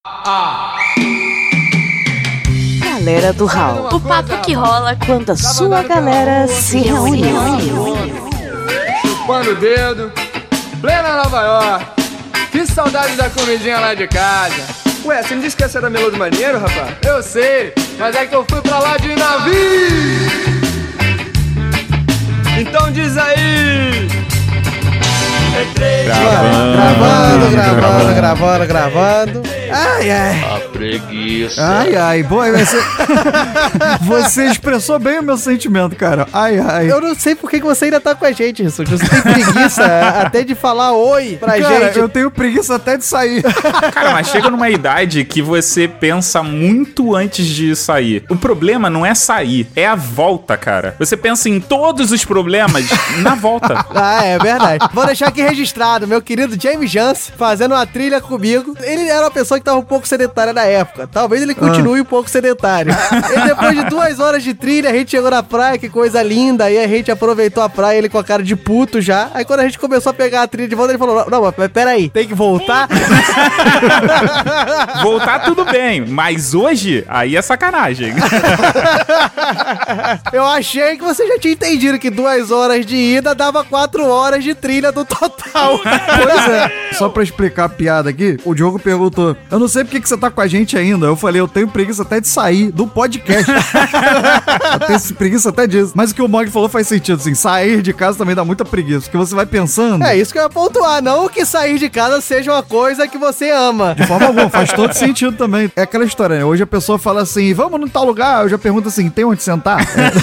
Galera do Hall. O papo que rola Quando a sua galera se reúne. Chupando o dedo, plena Nova York. Que saudade da comidinha lá de casa. Ué, você me disse que essa era Melô do Marinheiro, rapaz? Eu sei, mas é que eu fui pra lá de navio. Então diz aí. Gravando. Ai. A preguiça. Ai, boa, você expressou bem o meu sentimento, cara. Ai. Eu não sei por que você ainda tá com a gente, isso. Você tem preguiça até de falar oi pra gente. Eu tenho preguiça até de sair. Cara, mas chega numa idade que você pensa muito antes de sair. O problema não é sair, é a volta, cara. Você pensa em todos os problemas na volta. Ah, é verdade. Vou deixar aqui registrado, meu querido James Jance fazendo uma trilha comigo. Ele era uma pessoa que tava um pouco sedentária na época. Talvez ele continue um pouco sedentário. E depois de 2 horas de trilha, a gente chegou na praia, que coisa linda. Aí a gente aproveitou a praia, ele com a cara de puto já. Aí quando a gente começou a pegar a trilha de volta, ele falou, não, mas peraí, tem que voltar? Voltar tudo bem, mas hoje, aí é sacanagem. Eu achei que você já tinha entendido que 2 horas de ida dava 4 horas de trilha do total. Pois é. Só pra explicar a piada aqui, o Diogo perguntou, eu não sei por que você tá com a gente ainda. Eu falei, eu tenho preguiça até de sair do podcast. Eu tenho preguiça até disso. Mas o que o Mog falou faz sentido, assim, sair de casa também dá muita preguiça, porque você vai pensando... É isso que eu ia pontuar, não que sair de casa seja uma coisa que você ama. De forma alguma, faz todo sentido também. É aquela história, né? Hoje a pessoa fala assim, vamos no tal lugar, eu já pergunto assim, tem onde sentar?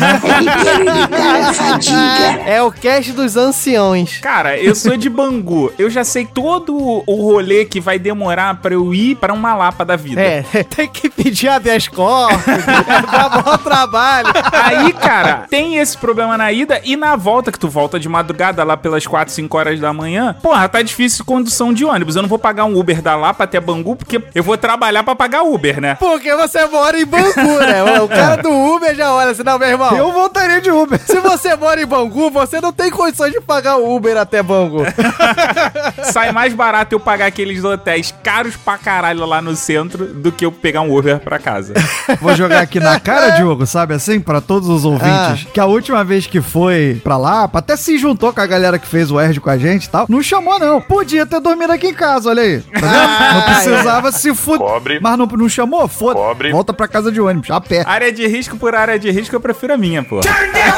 É o cast dos anciões. Cara, eu sou de Bangu. Eu já sei todo o rolê que vai demorar pra eu ir pra uma Lapa da vida. É, tem que pedir habeas corpus, dá bom trabalho. Aí, cara, tem esse problema na ida e na volta, que tu volta de madrugada lá pelas 4, 5 horas da manhã. Porra, tá difícil condução de ônibus. Eu não vou pagar um Uber da Lapa até Bangu, porque eu vou trabalhar pra pagar Uber, né? Porque você mora em Bangu, né? O cara do Uber já olha assim, não, meu irmão. Eu voltaria de Uber. Se você mora em Bangu, você não tem condições de pagar o Uber até Bangu. Sai mais barato eu pagar aqueles hotéis caros pra caralho lá no centro do que eu pegar um Uber pra casa. Vou jogar aqui na cara, Diogo, sabe assim, pra todos os ouvintes, que a última vez que foi pra lá, até se juntou com a galera que fez o ERD com a gente e tal, não chamou não. Podia ter dormido aqui em casa, olha aí. Tá vendo? Não precisava se fuder. Mas não chamou? Foda. Volta pra casa de ônibus, a pé. Área de risco por área de risco, eu prefiro a minha, pô.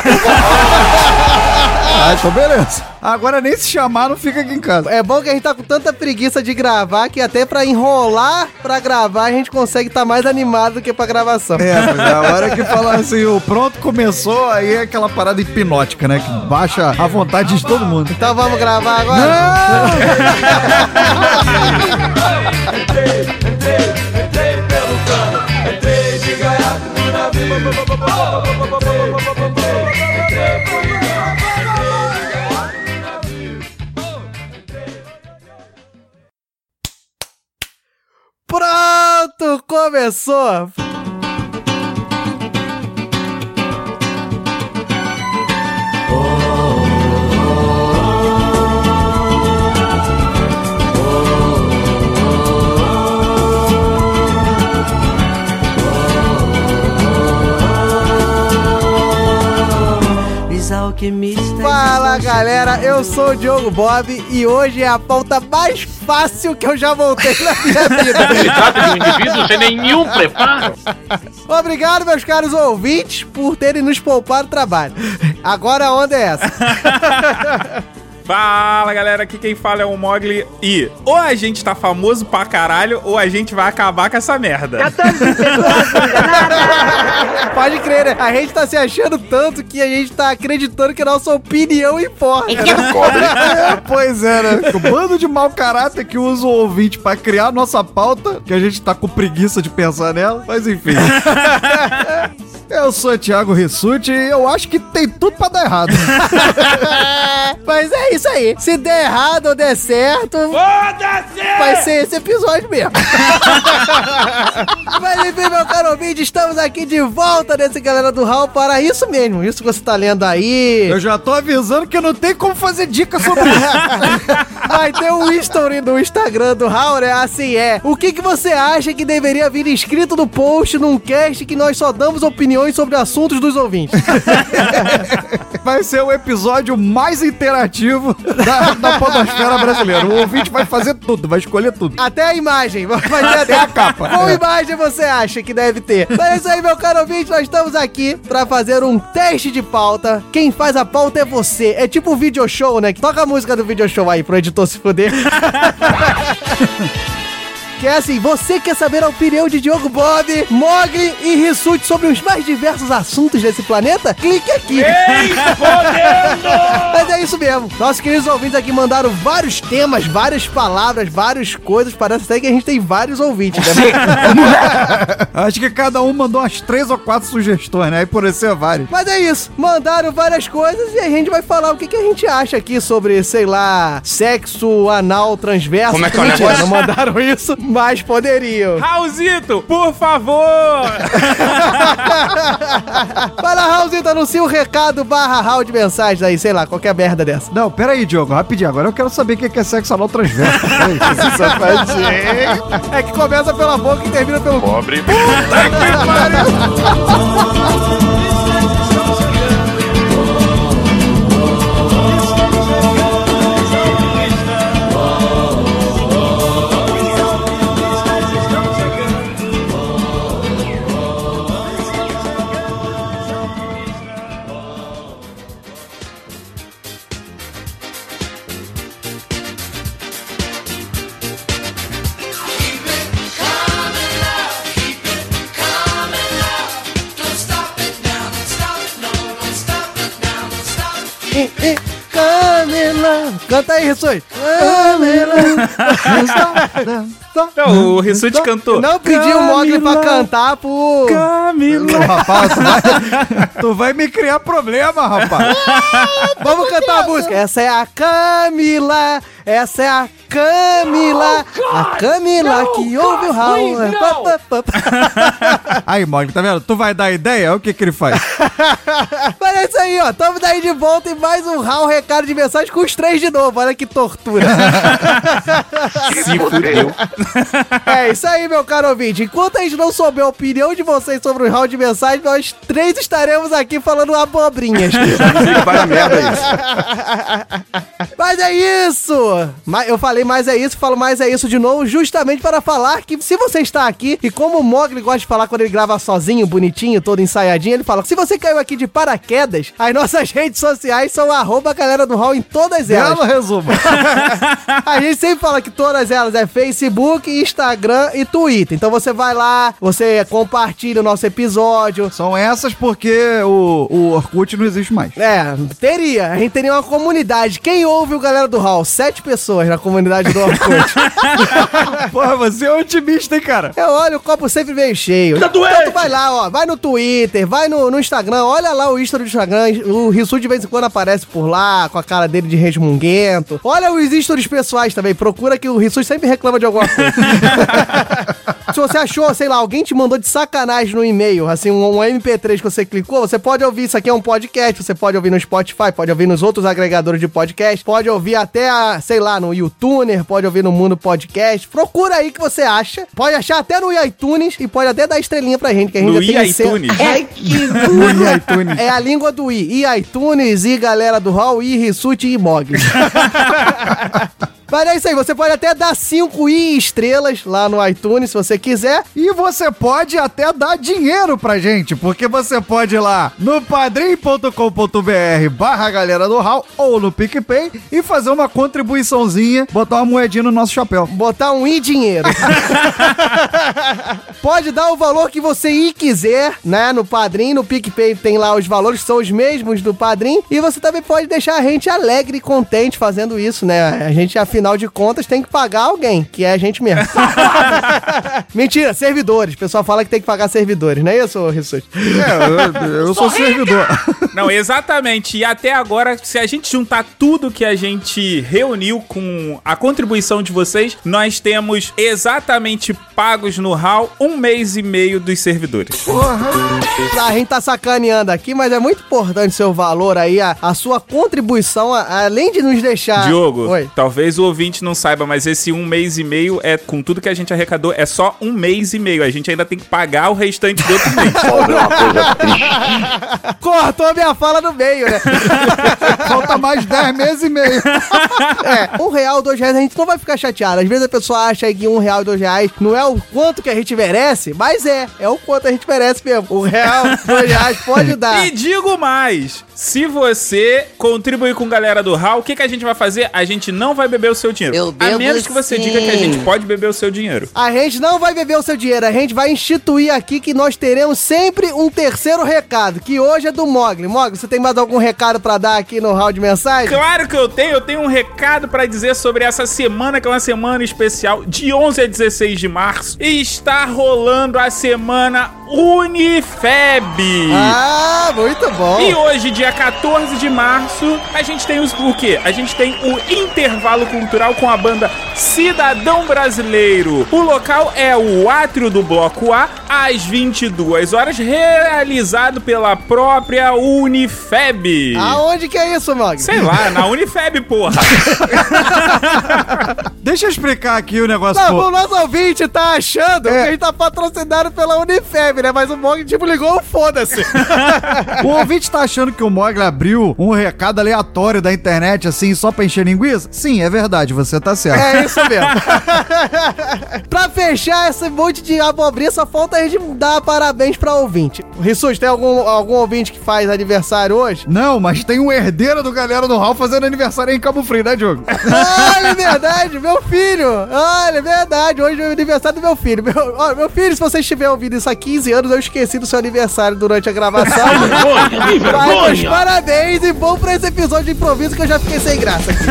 Ah, então beleza. Agora nem se chamar, não fica aqui em casa. É bom que a gente tá com tanta preguiça de gravar que até pra enrolar pra gravar a gente consegue estar mais animado do que pra gravação. É, mas a hora que falar assim, o pronto começou, aí é aquela parada hipnótica, né? Que baixa a vontade de todo mundo. Então vamos gravar agora? Entrei pelo cano, entrei de gaiato no navio. Pronto, começou! Fala galera, eu sou o Diogo Bob e hoje é a pauta mais fácil que eu já voltei na minha vida. Ele trata de um indivíduo sem nenhum preparo. Obrigado, meus caros ouvintes, por terem nos poupado trabalho. Agora a onda é essa. Fala galera, aqui quem fala é o Mogli. E ou a gente tá famoso pra caralho ou a gente vai acabar com essa merda. Pode crer, né? A gente tá se achando tanto que a gente tá acreditando que a nossa opinião importa. Pois é, né? O bando de mau caráter que usa o ouvinte pra criar a nossa pauta, que a gente tá com preguiça de pensar nela, mas enfim. Eu sou Thiago Rissuti e eu acho que tem tudo pra dar errado. Mas é isso aí. Se der errado ou der certo, vai ser esse episódio mesmo. Mas enfim, meu caro ouvinte, estamos aqui de volta nesse Galera do Hall para isso mesmo. Isso que você tá lendo aí. Eu já tô avisando que não tem como fazer dica sobre isso. Vai ter um history no Instagram do Hall, né? Assim é. O que você acha que deveria vir escrito no post num cast que nós só damos opiniões sobre assuntos dos ouvintes? Vai ser o episódio mais interativo da podosfera brasileira. O ouvinte vai fazer tudo, vai escolher tudo. Até a imagem. Vai ter até a capa. Qual imagem você acha que deve ter? Mas é isso aí, meu caro ouvinte. Nós estamos aqui pra fazer um teste de pauta. Quem faz a pauta é você. É tipo um video show, né? Toca a música do video show aí pro editor se fuder. Que é assim, você quer saber a opinião de Diogo Bob, Mogli e Rissuti sobre os mais diversos assuntos desse planeta? Clique aqui. Mas é isso mesmo. Nossos queridos ouvintes aqui mandaram vários temas, várias palavras, várias coisas. Parece até que a gente tem vários ouvintes, né? Acho que cada um mandou umas 3 ou 4 sugestões, né? Aí por isso é vários. Mas é isso. Mandaram várias coisas e a gente vai falar o que a gente acha aqui sobre, sei lá, sexo anal transverso. Como é que é o Mentira, negócio? não mandaram isso, mas poderiam. Raulzito, por favor! Fala, Raulzito, anuncia o recado /Raul de mensagens aí, sei lá, qualquer merda dessa. Não, peraí, Diogo, rapidinho. Agora eu quero saber o que é sexo anal transverso. Esse safadinho. É que começa pela boca e termina pelo... Pobre. Camila. Canta aí, Rissuti. Camila. Então, o Rissuti cantou. Não pediu o Mogli pra cantar por... Camila. Rapaz, tu vai me criar problema, rapaz. Vamos cantar a música. Essa é a Camila. Essa é a Camila. A Camila que ouve o Raul. Aí, Mogli, tá vendo? Tu vai dar ideia? Olha o que ele faz. Mas é isso aí, ó. Tamo daí de volta e mais um Raul recado de mensagem com os 3 de novo. Olha que tortura. Se fudeu. É isso aí, meu caro ouvinte. Enquanto a gente não souber a opinião de vocês sobre o round de mensagem, nós 3 estaremos aqui falando abobrinhas. Para a merda isso. Mas é isso! Eu falei mais é isso, falo mais é isso de novo, justamente para falar que se você está aqui, e como o Mogli gosta de falar quando ele grava sozinho, bonitinho, todo ensaiadinho, ele fala, se você caiu aqui de paraquedas, as nossas redes sociais são @Galera do Hall em todas elas. Belo resumo. A gente sempre fala que todas elas é Facebook, Instagram e Twitter. Então você vai lá, você compartilha o nosso episódio. São essas porque o Orkut não existe mais. É, teria. A gente teria uma comunidade. Quem ouve o Galera do Hall? 7 pessoas na comunidade do Orkut. Porra, você é otimista, hein, cara? Eu olho o copo sempre meio cheio. Então tu vai lá, ó. Vai no Twitter, vai no Instagram. Olha lá o history do Instagram. O Rissuti de vez em quando aparece por lá, com a cara dele de resmunguento. Olha os stories pessoais também. Procura que o Rissuti sempre reclama de alguma coisa. Se você achou, sei lá, alguém te mandou de sacanagem no e-mail, assim, um MP3 que você clicou, você pode ouvir. Isso aqui é um podcast. Você pode ouvir no Spotify, pode ouvir nos outros agregadores de podcast, pode ouvir até, sei lá, no YouTuner, pode ouvir no Mundo Podcast. Procura aí que você acha. Pode achar até no iTunes e pode até dar estrelinha pra gente, que a gente No já tem iTunes. iTunes. É a língua do iTunes, Galera do Hall, Rissuti e Mogli. Mas é isso aí, você pode até dar 5 estrelas lá no iTunes, se você quiser. E você pode até dar dinheiro pra gente, porque você pode ir lá no padrim.com.br/Galera do Hall ou no PicPay e fazer uma contribuiçãozinha, botar uma moedinha no nosso chapéu. Botar um dinheiro. pode dar o valor que você quiser, né? No Padrim, no PicPay tem lá os valores, são os mesmos do Padrim. E você também pode deixar a gente alegre e contente fazendo isso, né? A gente, afinal de contas, tem que pagar alguém, que é a gente mesmo. Mentira, servidores. O pessoal fala que tem que pagar servidores, não é isso, Rissuti? Eu sou servidor. Não, exatamente. E até agora, se a gente juntar tudo que a gente reuniu com a contribuição de vocês, nós temos exatamente pagos no HAL 1 mês e meio dos servidores. A gente tá sacaneando aqui, mas é muito importante seu valor aí, a sua contribuição, além de nos deixar... Diogo, Oi. talvez o ouvinte não saiba, mas esse 1 mês e meio é, com tudo que a gente arrecadou, é só 1 mês e meio. A gente ainda tem que pagar o restante do outro mês. Cortou minha fala no meio, né? Falta mais 10 meses e meio. R$1, R$2, a gente não vai ficar chateado. Às vezes a pessoa acha que R$1, R$2 não é o quanto que a gente merece, mas é o quanto a gente merece mesmo. R$1, R$2 pode dar. E digo mais, se você contribuir com a galera do HAL, o que a gente vai fazer? A gente não vai beber o seu dinheiro. Eu bebo a menos que você sim. diga que a gente pode beber o seu dinheiro. A gente não vai beber o seu dinheiro, a gente vai instituir aqui que nós teremos sempre um terceiro recado, que hoje é do Mogli. Mogli, você tem mais algum recado pra dar aqui no round de mensagem? Claro que eu tenho um recado pra dizer sobre essa semana, que é uma semana especial, de 11 a 16 de março, e está rolando a semana Unifeb. Ah, muito bom. E hoje, dia 14 de março, a gente tem o quê? A gente tem o intervalo cultural com a banda Cidadão Brasileiro. O local é o Átrio do Bloco A, às 22 horas, realizado pela própria Unifeb. Aonde que é isso, Mogli? Sei lá, na Unifeb, porra. Deixa eu explicar aqui o negócio. Não, o nosso ouvinte tá achando que a gente tá patrocinado pela Unifeb, né? Mas o Mogli, tipo, ligou o foda-se. O ouvinte tá achando que o Mogli abriu um recado aleatório da internet, assim, só pra encher linguiça? Sim, é verdade, você tá certo. É isso mesmo. Pra fechar esse monte de abobrinha, só falta a gente dar parabéns pra ouvinte. Rissuti, tem algum ouvinte que faz aniversário hoje? Não, mas tem um herdeiro do Galera do HAL fazendo aniversário em Cabo Frio, né, Diogo? Olha, é verdade, meu filho. Olha, é verdade, hoje é o aniversário do meu filho. Meu filho, se você estiver ouvindo isso há 15 anos, eu esqueci do seu aniversário durante a gravação. Vai, meus parabéns e bom pra esse episódio de improviso que eu já fiquei sem graça aqui.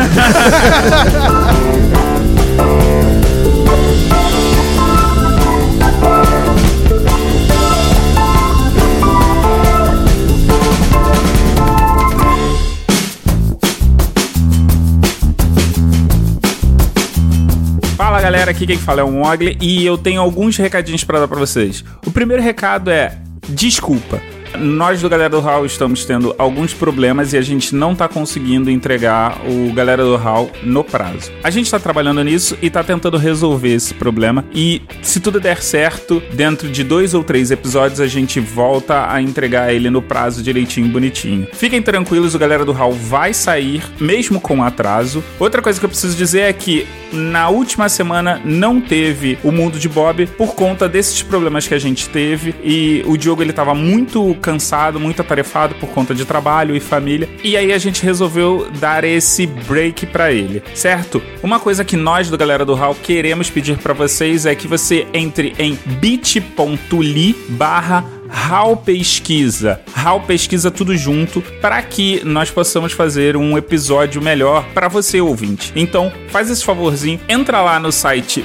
Fala galera, aqui quem fala é o Mogli e eu tenho alguns recadinhos pra dar pra vocês. O primeiro recado é desculpa. Nós do Galera do HAL estamos tendo alguns problemas e a gente não tá conseguindo entregar o Galera do HAL no prazo. A gente tá trabalhando nisso e tá tentando resolver esse problema e se tudo der certo, dentro de 2 ou 3 episódios a gente volta a entregar ele no prazo direitinho, bonitinho. Fiquem tranquilos, o Galera do HAL vai sair, mesmo com atraso. Outra coisa que eu preciso dizer é que na última semana não teve o Mundo de Bob por conta desses problemas que a gente teve e o Diogo ele tava muito cansado, muito atarefado por conta de trabalho e família, e aí a gente resolveu dar esse break pra ele, certo? Uma coisa que nós do Galera do HAL queremos pedir pra vocês é que você entre em bit.ly/HAL Pesquisa. HAL Pesquisa tudo junto, para que nós possamos fazer um episódio melhor para você, ouvinte. Então, faz esse favorzinho, entra lá no site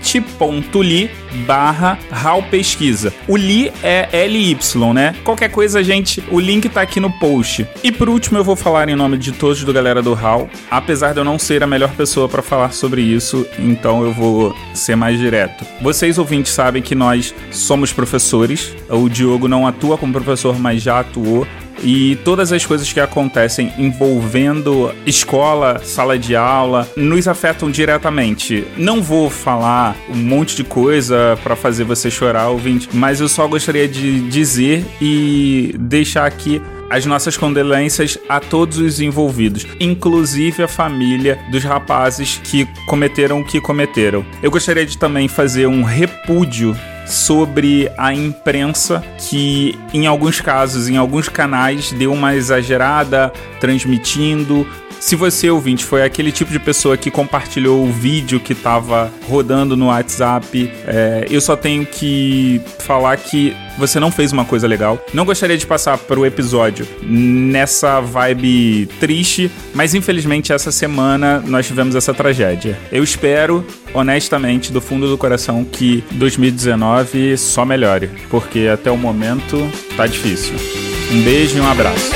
bit.ly/HAL Pesquisa. O Li é LY, né? Qualquer coisa, gente, o link tá aqui no post. E por último, eu vou falar em nome de todos do Galera do HAL, apesar de eu não ser a melhor pessoa para falar sobre isso, então eu vou ser mais direto. Vocês, ouvintes, sabem que nós somos professores. O Diogo não atua como professor, mas já atuou. E todas as coisas que acontecem envolvendo escola, sala de aula, nos afetam diretamente. Não vou falar um monte de coisa pra fazer você chorar, ouvinte, mas eu só gostaria de dizer e deixar aqui as nossas condolências a todos os envolvidos, inclusive a família dos rapazes que cometeram o que cometeram. Eu gostaria de também fazer um repúdio sobre a imprensa que, em alguns casos, em alguns canais, deu uma exagerada transmitindo Se você, ouvinte, foi aquele tipo de pessoa que compartilhou o vídeo que tava rodando no WhatsApp, eu só tenho que falar que você não fez uma coisa legal. Não gostaria de passar pro episódio nessa vibe triste, mas infelizmente essa semana nós tivemos essa tragédia. Eu espero, honestamente, do fundo do coração, que 2019 só melhore, porque até o momento tá difícil. Um beijo e um abraço.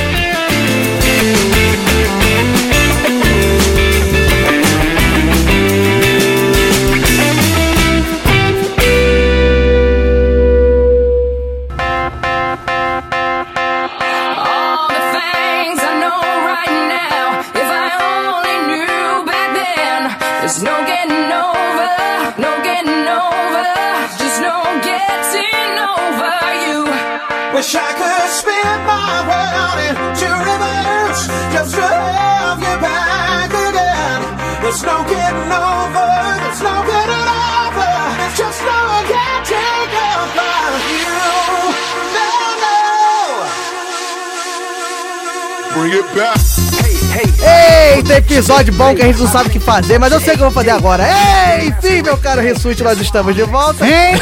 There's no getting over, no getting over, just no getting over you. Wish I could spin my world into reverse, just to have you back again. There's no getting over, there's no getting over, it's just no getting over you. No, no. Bring it back. Eita, episódio bom que a gente não sabe o que fazer, mas eu sei o que eu vou fazer agora. Enfim, meu caro Rissuti, nós estamos de volta.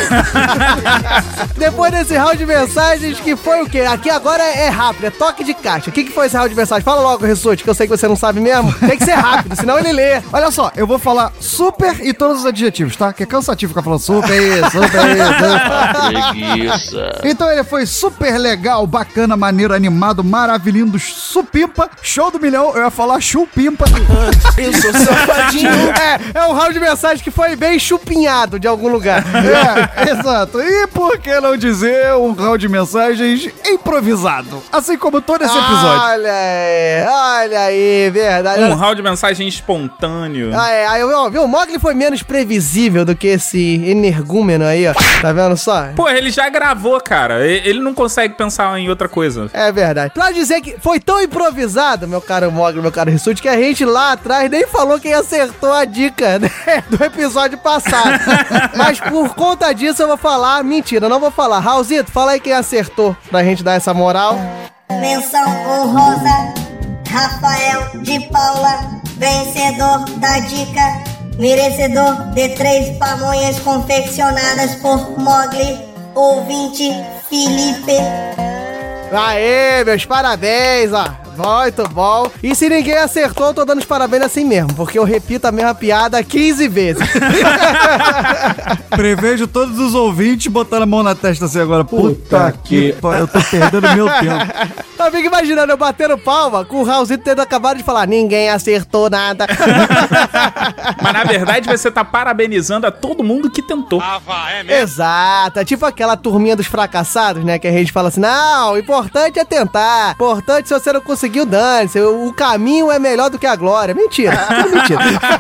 Depois desse round de mensagens, que foi o quê? Aqui agora é rápido, é toque de caixa. O que foi esse round de mensagens? Fala logo, Rissuti, que eu sei que você não sabe mesmo. Tem que ser rápido, senão ele lê. Olha só, eu vou falar super e todos os adjetivos, tá? Que é cansativo ficar falando super isso, super isso. Preguiça. Então ele foi super legal, bacana, maneiro, animado, maravilhindo, supimpa, show do milhão. Eu ia falar chupimpa. Eu sou safadinho. É um round de mensagem que foi bem chupinhado de algum lugar. Exato. E por que não dizer um round de mensagens improvisado? Assim como todo esse episódio. Olha aí, verdade. Um round de mensagem espontâneo. Viu? O Mogli foi menos previsível do que esse energúmeno aí, ó. Tá vendo só? Pô, ele já gravou, cara. Ele não consegue pensar em outra coisa. É verdade. Pra dizer que foi tão improvisado, meu caro Mogli, meu caro Rissuti, que a gente lá atrás nem falou quem acertou a dica, né, do episódio passado. Mas por conta disso eu vou falar... Mentira, não vou falar. Raulzito, fala aí quem acertou pra gente dar essa moral. Menção honrosa, Rafael de Paula, vencedor da dica, merecedor de 3 pamonhas confeccionadas por Mogli, ouvinte Felipe. Aê, meus parabéns, ó. Muito bom. E se ninguém acertou, eu tô dando os parabéns assim mesmo, porque eu repito a mesma piada 15 vezes. Prevejo todos os ouvintes botando a mão na testa assim agora. Puta que... Eu tô perdendo meu tempo. Eu fico imaginando eu batendo palma com o Raulzito tendo acabado de falar ninguém acertou nada. Mas na verdade você tá parabenizando a todo mundo que tentou. É mesmo? Exato. É tipo aquela turminha dos fracassados, né? Que a gente fala assim, não, o importante é tentar. Importante, se você não conseguiu, dane-se. O caminho é melhor do que a glória. Mentira. É mentira.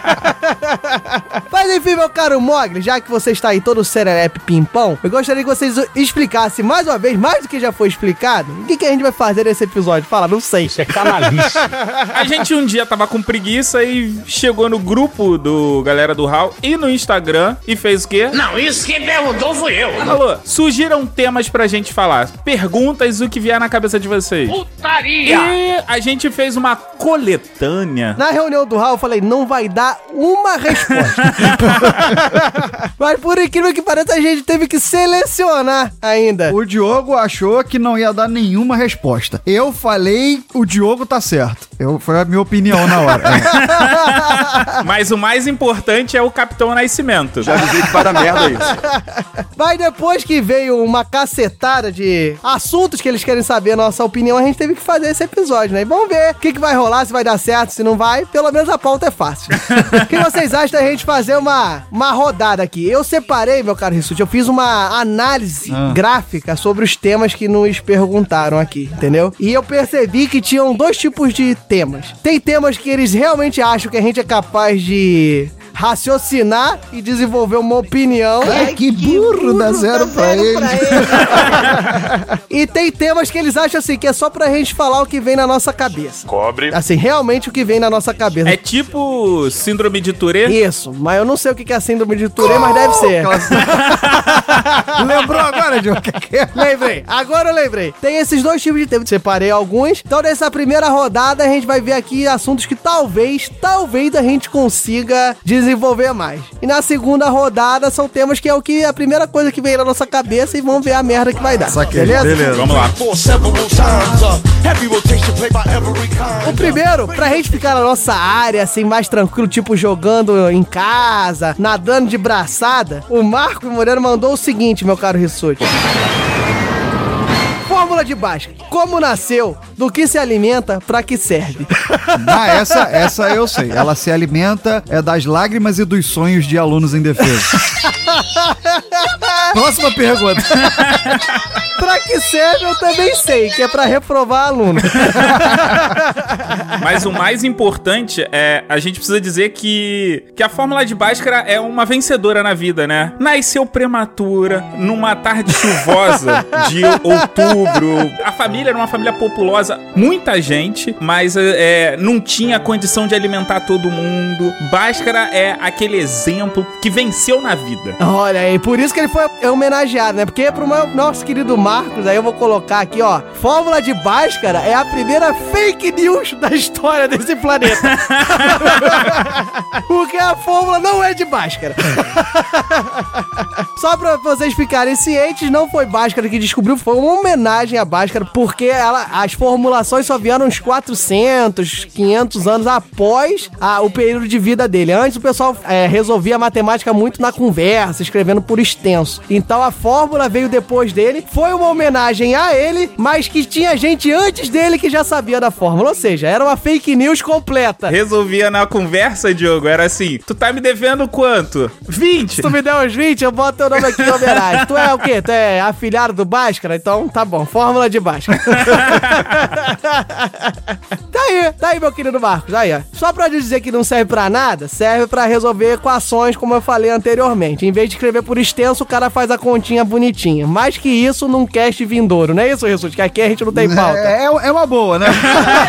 Mas enfim, meu caro Mogli, já que você está aí todo serelepe pimpão, eu gostaria que vocês explicassem mais uma vez, mais do que já foi explicado, o que a gente vai fazer nesse episódio. Fala, não sei. Isso é canalice. A gente um dia tava com preguiça e chegou no grupo do Galera do Hall e no Instagram e fez o quê? Não, isso quem perguntou fui eu. Falou, surgiram temas pra gente falar. Perguntas, o que vier na cabeça de vocês. Putaria! E a gente fez uma coletânea. Na reunião do Hall, eu falei, não vai dar uma resposta. Mas por incrível que pareça, a gente teve que selecionar ainda. O Diogo achou que não ia dar nenhuma resposta. Eu falei, o Diogo tá certo. Foi a minha opinião na hora. Mas o mais importante é o Capitão Nascimento. Já avisei que vai dar merda isso. Mas depois que veio uma cacetada de assuntos que eles querem saber a nossa opinião, a gente teve que fazer esse episódio, né? E vamos ver o que vai rolar, se vai dar certo, se não vai. Pelo menos a pauta é fácil. O que vocês acham da gente fazer uma rodada aqui? Eu separei, meu caro Rissuti, eu fiz uma análise gráfica sobre os temas que nos perguntaram aqui, entendeu? E eu percebi que tinham 2 tipos de temas. Tem temas que eles realmente acham que a gente é capaz de raciocinar e desenvolver uma opinião. Ai, que burro, dá zero pra ele. E tem temas que eles acham assim, que é só pra gente falar o que vem na nossa cabeça. Cobre. Assim, realmente o que vem na nossa cabeça. É tipo síndrome de Tourette? Isso, mas eu não sei o que é a síndrome de Tourette, mas deve ser. Lembrou agora, agora, Diogo? Lembrei, agora eu lembrei. Tem esses dois tipos de tema, separei alguns. Então nessa primeira rodada a gente vai ver aqui assuntos que talvez a gente consiga desenvolver mais. E na segunda rodada são temas que é o que a primeira coisa que vem na nossa cabeça e vamos ver a merda que vai dar. Beleza? Vamos lá. O primeiro, pra gente ficar na nossa área, assim, mais tranquilo, tipo jogando em casa, nadando de braçada, o Marco Moreno mandou o seguinte, meu caro Rissuti. Fórmula de Bhaskara. Como nasceu, do que se alimenta, pra que serve? Ah, essa eu sei. Ela se alimenta das lágrimas e dos sonhos de alunos indefesos. Próxima pergunta. Pra que serve eu também sei, que é pra reprovar aluno. Mas o mais importante é a gente precisa dizer que a Fórmula de Bhaskara é uma vencedora na vida, né? Nasceu prematura, numa tarde chuvosa de outubro. A família era uma família populosa, muita gente, mas não tinha condição de alimentar todo mundo. Bhaskara é aquele exemplo que venceu na vida. Olha aí, por isso que ele foi homenageado, né? Porque pro nosso querido Marcos, aí eu vou colocar aqui, ó, Fórmula de Bhaskara é a primeira fake news da história desse planeta. Porque a fórmula não é de Bhaskara. Só pra vocês ficarem cientes, não foi Bhaskara que descobriu, foi uma homenagem a Bhaskara, porque as formulações só vieram uns 400, 500 anos após o período de vida dele. Antes o pessoal resolvia a matemática muito na conversa, escrevendo por extenso. Então a fórmula veio depois dele, foi uma homenagem a ele, mas que tinha gente antes dele que já sabia da fórmula, ou seja, era uma fake news completa. Resolvia na conversa, Diogo, era assim, tu tá me devendo quanto? 20? Se tu me der uns 20, eu boto teu nome aqui em homenagem. Tu é o quê? Tu é afilhado do Bhaskara? Então tá bom, Fórmula de Bhaskara. Tá aí, meu querido Marcos, aí, ó. Só pra dizer que não serve pra nada, serve pra resolver equações, como eu falei anteriormente. Em vez de escrever por extenso, o cara faz a continha bonitinha. Mais que isso, num cast vindouro, não é isso, Rissuti? Que aqui a gente não tem pauta. É uma boa, né?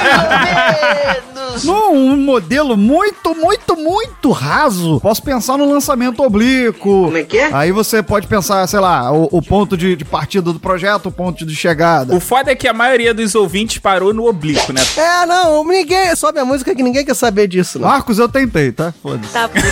Num modelo muito raso, posso pensar no lançamento oblíquo. Como é que é? Aí você pode pensar, sei lá, o ponto de partida do projeto, o ponto de chegada. O foda é que a maioria dos ouvintes parou no oblíquo, né? Não, ninguém... Sobe a música que ninguém quer saber disso, não. Marcos, eu tentei, tá? Foda-se. Tá putinho.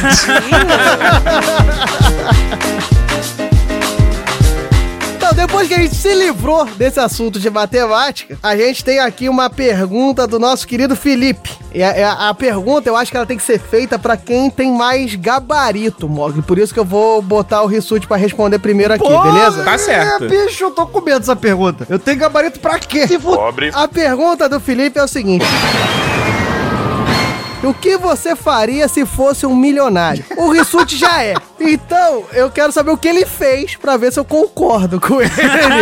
Então, depois que a gente se livrou desse assunto de matemática, a gente tem aqui uma pergunta do nosso querido Felipe. E a pergunta, eu acho que ela tem que ser feita pra quem tem mais gabarito, Mogli. Por isso que eu vou botar o Rissuti pra responder primeiro aqui, beleza? Tá certo. Bicho, eu tô com medo dessa pergunta. Eu tenho gabarito pra quê? Pobre. A pergunta do Felipe é o seguinte... O que você faria se fosse um milionário? O Rissuti já é. Então, eu quero saber o que ele fez pra ver se eu concordo com ele.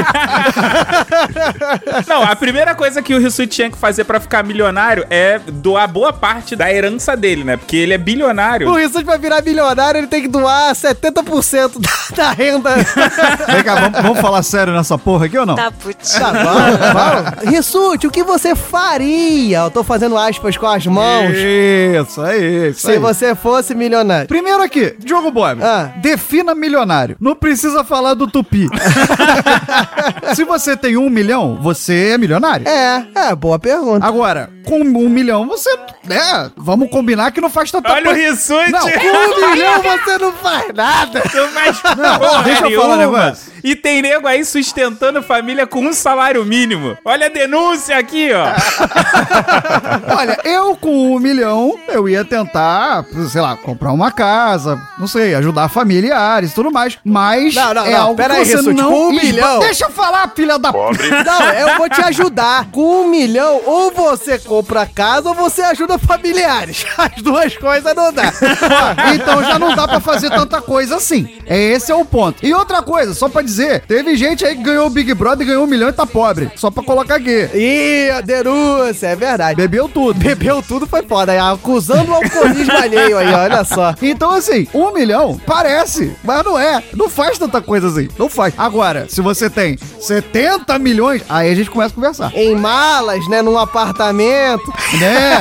Não, a primeira coisa que o Rissuti tinha que fazer pra ficar milionário é doar boa parte da herança dele, né? Porque ele é bilionário. O Rissuti pra virar milionário, ele tem que doar 70% da renda. Vem cá, vamos falar sério nessa porra aqui ou não? Tá putinho. Tá, vamos. Rissuti, o que você faria? Eu tô fazendo aspas com as mãos. Isso aí. Se você fosse milionário. Primeiro aqui, Diogo Bob, defina milionário. Não precisa falar do tupi. Se você tem 1 milhão, você é milionário. Boa pergunta. Agora, com 1 milhão, você... vamos combinar que não faz tanta Olha o Rissuti. Não, Com 1 milhão você não faz nada. Não, deixa eu falar um negócio. E tem nego aí sustentando família com um salário mínimo. Olha a denúncia aqui, ó. Olha, eu com 1 milhão, eu ia tentar, sei lá, comprar uma casa, não sei, ajudar familiares e tudo mais. Mas Não, algo pera que aí, você Rissuti, não... com 1 milhão... Deixa eu falar, filha da... Pobre. Não, eu vou te ajudar. Com 1 milhão, ou você compra casa ou você ajuda familiares. As duas coisas não dá. Então já não dá pra fazer tanta coisa assim. Esse é o ponto. E outra coisa, só pra dizer, teve gente aí que ganhou o Big Brother e ganhou 1 milhão e tá pobre. Só pra colocar aqui. Ih, a denúncia, é verdade. Bebeu tudo. Bebeu tudo, foi foda. Aí, acusando o alcoolismo alheio aí, olha só. Então assim, 1 milhão parece, mas não é. Não faz tanta coisa assim. Não faz. Agora, se você tem 70 milhões, aí a gente começa a conversar. Em malas, né, num apartamento. Né?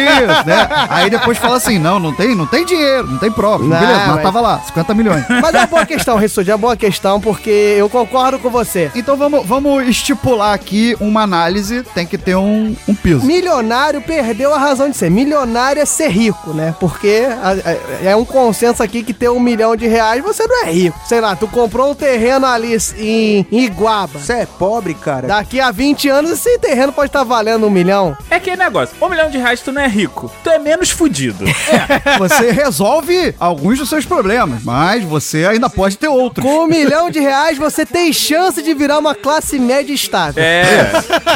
Isso, né? Aí depois fala assim, não tem dinheiro, não tem prova. Não, Beleza, mas mas- tava lá, 50 milhões. Mas é uma boa questão, Rissuti, é uma boa questão, porque eu concordo com você. Então vamos estipular aqui uma análise, tem que ter um piso. Milionário perdeu a razão de ser. Milionário é ser rico, né? Porque é um consenso aqui que ter R$1 milhão você não é rico. Sei lá, tu comprou um terreno ali em Iguaba. Você é pobre, cara. Daqui a 20 anos esse terreno pode estar valendo R$1 milhão. É aquele negócio, R$1 milhão tu não é rico, tu é menos fudido. Você resolve alguns dos seus problemas, mas você ainda pode ter outros. Com R$1 milhão você tem chance de virar uma classe média estável. É.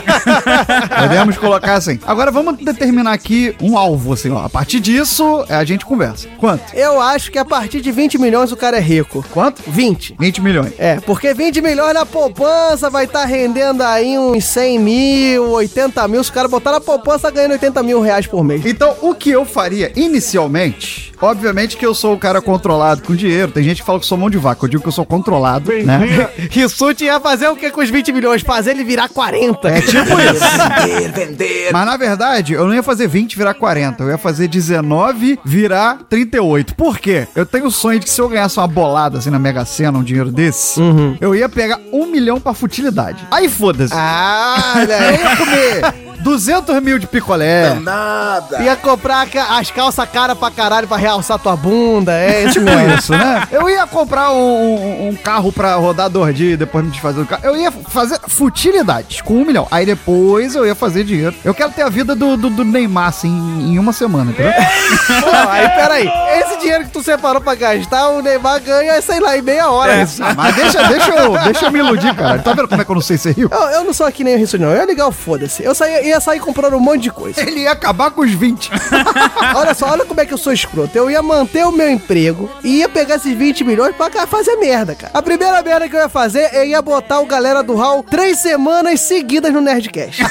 Podemos colocar assim. Agora vamos determinar aqui um alvo, assim, ó. A partir disso, a gente conversa. Quanto? Eu acho que a partir de 20 milhões o cara é rico. Quanto? 20. 20 milhões. É, porque 20 milhões na poupança vai estar rendendo aí uns 100 mil, 80 mil. Se o cara botar na poupança, ganhando 80 mil reais por mês. Então, o que eu faria inicialmente, obviamente que eu sou o cara controlado com dinheiro. Tem gente que fala que eu sou mão de vaca. Eu digo que eu sou controlado, né? Rissuti ia fazer o que com os 20 milhões? Fazer ele virar 40. É tipo isso. Vender. Mas na verdade, eu não ia fazer 20 virar 40. Eu ia fazer 19 virar 38. Por quê? Eu tenho o sonho de que se eu ganhasse uma bolada assim na Mega Sena, um dinheiro desse, eu ia pegar 1 milhão pra futilidade. Aí foda-se. Ah, Eu né? ia comer 200 mil de picolé. Nada. Ia comprar as calças caras pra caralho pra realçar tua bunda, é isso Tipo mesmo. isso, né? Eu ia comprar um carro pra rodar 2 dias e depois me desfazer do carro. Eu ia fazer futilidades com 1 milhão. Aí depois eu ia fazer dinheiro. Eu quero ter a vida do Neymar, assim, em uma semana, entendeu? Pô, aí, peraí. Esse dinheiro que tu separou pra gastar, o Neymar ganha, sei lá, em meia hora. Ah, mas deixa eu me iludir, cara. Tá vendo como é que eu não sei ser rico? Eu não sou aqui nem o Rissuti, não. Eu ia ligar o foda-se. Eu ia sair comprando um monte de coisa. Ele ia acabar com os 20. Olha só, olha como é que eu sou escroto. Eu ia manter o meu emprego e ia pegar esses 20 milhões pra fazer merda, cara. A primeira merda que eu ia fazer, eu ia botar o Galera do Hall 3 semanas seguidas no Nerdcast.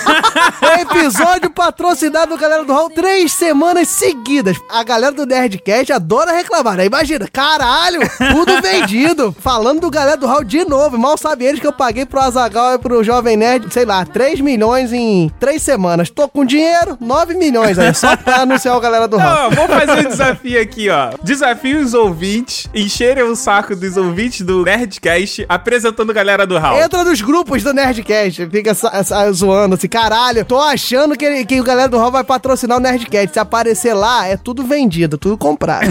Episódio patrocinado do Galera do Hall 3 semanas seguidas. A galera do Nerdcast adora reclamar, né? Imagina, caralho, tudo vendido. Falando do Galera do Hall de novo. Mal sabe eles que eu paguei pro Azaghal e pro Jovem Nerd, sei lá, 3 milhões em 3 semanas. Tô com dinheiro, 9 milhões aí, só pra anunciar o Galera do Hall. Não, vamos fazer um desafio aqui, ó. Desafio os ouvintes, encherem o saco dos ouvintes do Nerdcast apresentando Galera do Hall. Entra nos grupos do Nerdcast, fica zoando assim, caralho, tô achando que o Galera do Hall vai patrocinar o Nerdcast. Se aparecer lá, é tudo vendido, tudo comprado.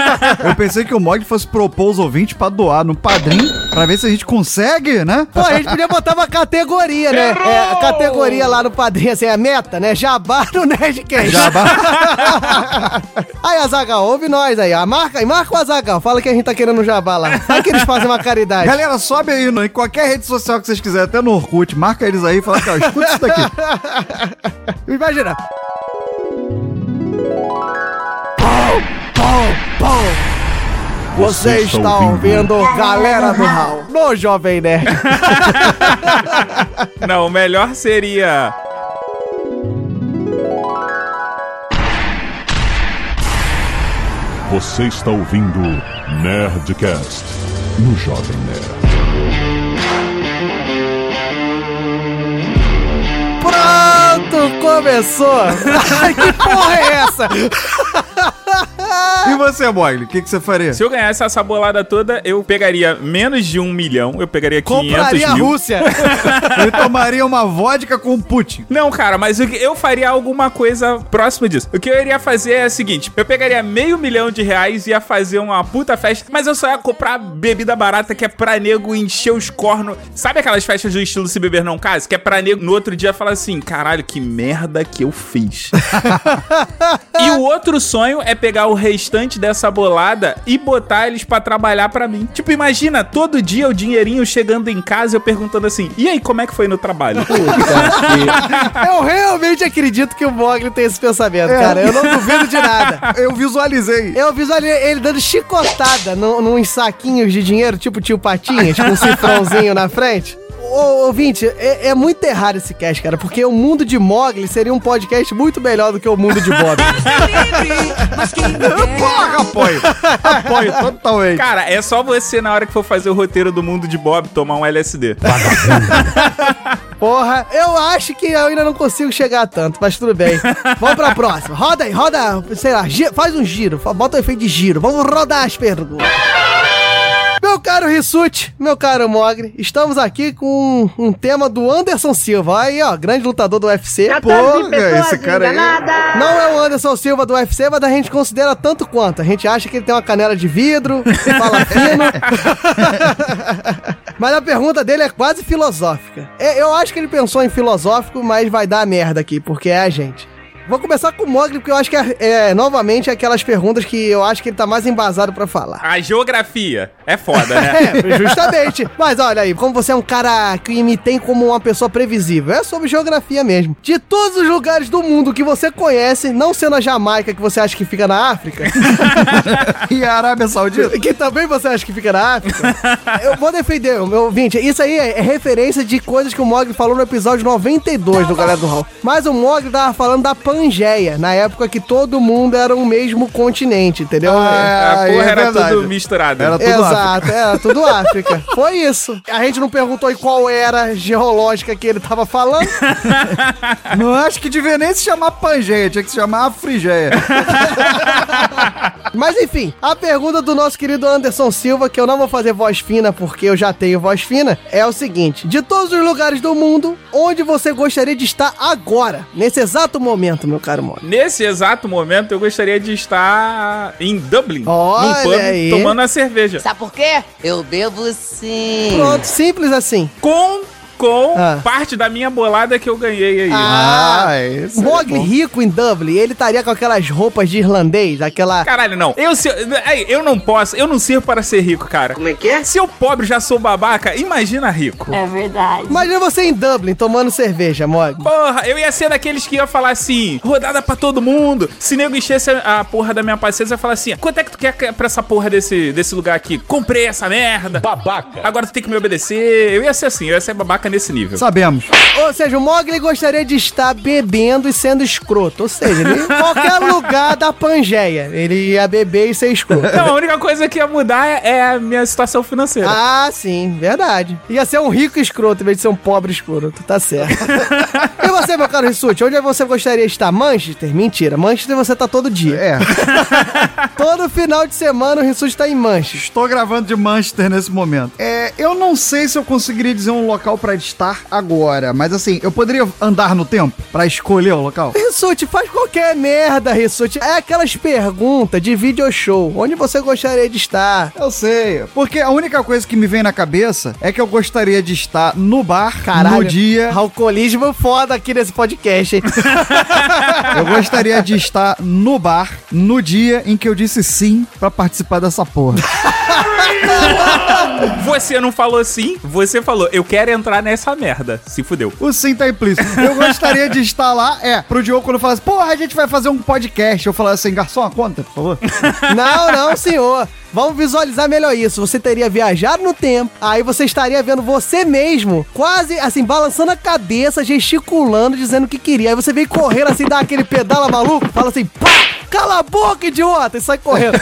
Eu pensei que o Mog fosse propor os ouvintes pra doar no Padrim, pra ver se a gente consegue, né? Pô, a gente podia botar uma categoria, né? É, a categoria lá no Padrim, assim, a meta, né? Jabá no Nerdcast. Jabá. Aí, Azaghal, ouve nós aí. Marca o Azaghal, fala que a gente tá querendo jabá lá. Vai que eles fazem uma caridade. Galera, sobe aí em qualquer rede social que vocês quiserem, até no Orkut, marca eles aí e fala que, ó, escuta isso daqui. Imagina. Você está ouvindo Galera do Hall no Jovem Nerd. Não, o melhor seria... Você está ouvindo Nerdcast no Jovem Nerd. Pronto, começou. Ai, que porra é essa? E você, Mogli, o que você faria? Se eu ganhasse essa bolada toda, eu pegaria menos de 1 milhão, eu pegaria 500 Compraria a mil. Rússia. Ele tomaria uma vodka com Putin. Não, cara, mas eu faria alguma coisa próxima disso. O que eu iria fazer é o seguinte, eu pegaria R$500 mil e ia fazer uma puta festa, mas eu só ia comprar bebida barata que é pra nego encher os cornos. Sabe aquelas festas do estilo Se Beber Não Case? Que é pra nego no outro dia falar assim, caralho, que merda que eu fiz. E o outro sonho é pegar o restante dessa bolada e botar eles pra trabalhar pra mim. Tipo, imagina, todo dia o dinheirinho chegando em casa e eu perguntando assim, e aí, como é que foi no trabalho? Eu realmente acredito que o Mogli tem esse pensamento, cara. Eu não duvido de nada. Eu visualizei. Eu visualizei ele dando chicotada nos saquinhos de dinheiro, tipo tio Patinhas, com um cifrãozinho na frente. Ô, ouvinte, é muito errado esse cast, cara, porque o mundo de Mogli seria um podcast muito melhor do que o mundo de Bob. Porra, apoio. Apoio totalmente. Cara, é só você, na hora que for fazer o roteiro do mundo de Bob, tomar um LSD. Porra, eu acho que eu ainda não consigo chegar a tanto, mas tudo bem. Vamos pra próxima. Roda aí, sei lá, faz um giro, bota um efeito de giro. Vamos rodar as perguntas. Meu caro Rissuti, meu caro Mogli, estamos aqui com um tema do Anderson Silva. Aí, ó, grande lutador do UFC. Porra, esse cara aí. Não é o Anderson Silva do UFC, mas a gente considera tanto quanto. A gente acha que ele tem uma canela de vidro, fala fino. Mas a pergunta dele é quase filosófica. Eu acho que ele pensou em filosófico, mas vai dar merda aqui, porque é a gente. Vou começar com o Mogli, porque eu acho que novamente, aquelas perguntas que eu acho que ele tá mais embasado pra falar. A geografia é foda, né? Justamente. Mas olha aí, como você é um cara que me tem como uma pessoa previsível, é sobre geografia mesmo. De todos os lugares do mundo que você conhece, não sendo a Jamaica, que você acha que fica na África, e a Arábia Saudita, que também você acha que fica na África, eu vou defender, meu ouvinte. Isso aí é referência de coisas que o Mogli falou no episódio 92 do Galera do Hall. Mas o Mogli tava falando da Pangeia, na época que todo mundo era o mesmo continente, entendeu? A porra era tudo misturado. Era tudo Exato, era tudo África. Foi isso. A gente não perguntou em qual era geológica que ele tava falando. Não acho que devia nem se chamar Pangeia, tinha que se chamar Afrigeia. Mas enfim, a pergunta do nosso querido Anderson Silva, que eu não vou fazer voz fina porque eu já tenho voz fina, é o seguinte: de todos os lugares do mundo, onde você gostaria de estar agora, nesse exato momento, meu caro Mogli? Nesse exato momento, eu gostaria de estar em Dublin, Olha num pub, aí. tomando uma cerveja. Sabe por quê? Eu bebo sim. Pronto, simples assim. Com parte da minha bolada que eu ganhei aí. Esse Mogli rico em Dublin, ele estaria com aquelas roupas de irlandês, aquela... Caralho, não. Eu não posso, eu não sirvo para ser rico, cara. Como é que é? Se eu pobre já sou babaca, imagina rico. É verdade. Imagina você em Dublin, tomando cerveja, Mogli. Porra, eu ia ser daqueles que ia falar assim, rodada pra todo mundo. Se nego enchesse a porra da minha paciência, eu ia falar assim, quanto é que tu quer pra essa porra desse lugar aqui? Comprei essa merda. Babaca. Agora tu tem que me obedecer. Eu ia ser assim, eu ia ser babaca nesse nível. Sabemos. Ou seja, o Mogli gostaria de estar bebendo e sendo escroto. Ou seja, ele, em qualquer lugar da Pangeia, ele ia beber e ser escroto. Não, a única coisa que ia mudar é a minha situação financeira. Ah, sim, verdade. Ia ser um rico escroto em vez de ser um pobre escroto, tá certo. E você, meu caro Rissuti, onde você gostaria de estar? Manchester? Mentira, Manchester você tá todo dia. É. Todo final de semana o Rissuti tá em Manchester. Estou gravando de Manchester nesse momento. Eu não sei se eu conseguiria dizer um local pra estar agora, mas assim, eu poderia andar no tempo pra escolher o local? Rissuti, faz qualquer merda, Rissuti. É aquelas perguntas de video show. Onde você gostaria de estar? Eu sei, porque a única coisa que me vem na cabeça é que eu gostaria de estar no bar, Caralho, no dia... alcoolismo foda aqui nesse podcast, hein? Eu gostaria de estar no bar, no dia em que eu disse sim pra participar dessa porra. Você não falou sim, você falou, eu quero entrar nessa merda. Se fudeu. O sim tá implícito. Eu gostaria de estar lá, pro Diogo quando falasse, porra, a gente vai fazer um podcast. Eu falasse assim, garçom, a conta, por favor. Não, senhor. Vamos visualizar melhor isso. Você teria viajado no tempo, aí você estaria vendo você mesmo, quase assim, balançando a cabeça, gesticulando, dizendo o que queria. Aí você vem correndo assim, dá aquele pedala maluco, fala assim, pá! Cala a boca, idiota! E sai correndo.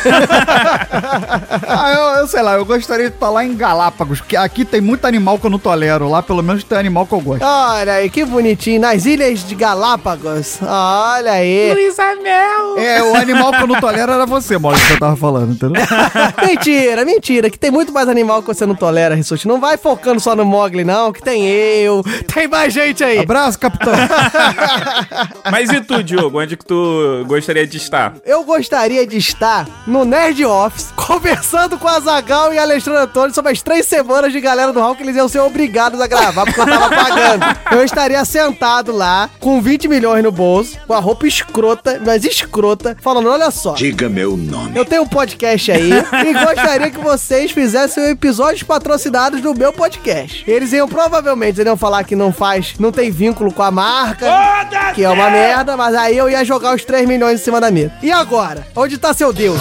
Eu sei lá, eu gostaria de estar lá em Galápagos, que aqui tem muito animal que eu não tolero. Lá, pelo menos, tem animal que eu gosto. Olha aí, que bonitinho. Nas ilhas de Galápagos. Olha aí. Luísa Mel. O animal que eu não tolero era você, Maurício, que eu tava falando, entendeu? Mentira. Que tem muito mais animal que você não tolera, Rissuti. Não vai focando só no Mogli, não, que tem eu. Tem mais gente aí. Abraço, capitão. Mas e tu, Diogo? Onde que tu gostaria de estar? Eu gostaria de estar no Nerd Office, conversando com a Azaghal e a Alexandre Antônio sobre as 3 semanas de Galera do Hall que eles iam ser obrigados a gravar, porque eu tava pagando. Eu estaria sentado lá, com 20 milhões no bolso, com a roupa escrota, mas escrota, falando, olha só. Diga meu nome. Eu tenho um podcast aí e gostaria que vocês fizessem episódios patrocinados do meu podcast. Eles provavelmente iriam falar que não tem vínculo com a marca, que é uma merda, mas aí eu ia jogar os 3 milhões em cima da mesa. E agora? Onde tá seu Deus?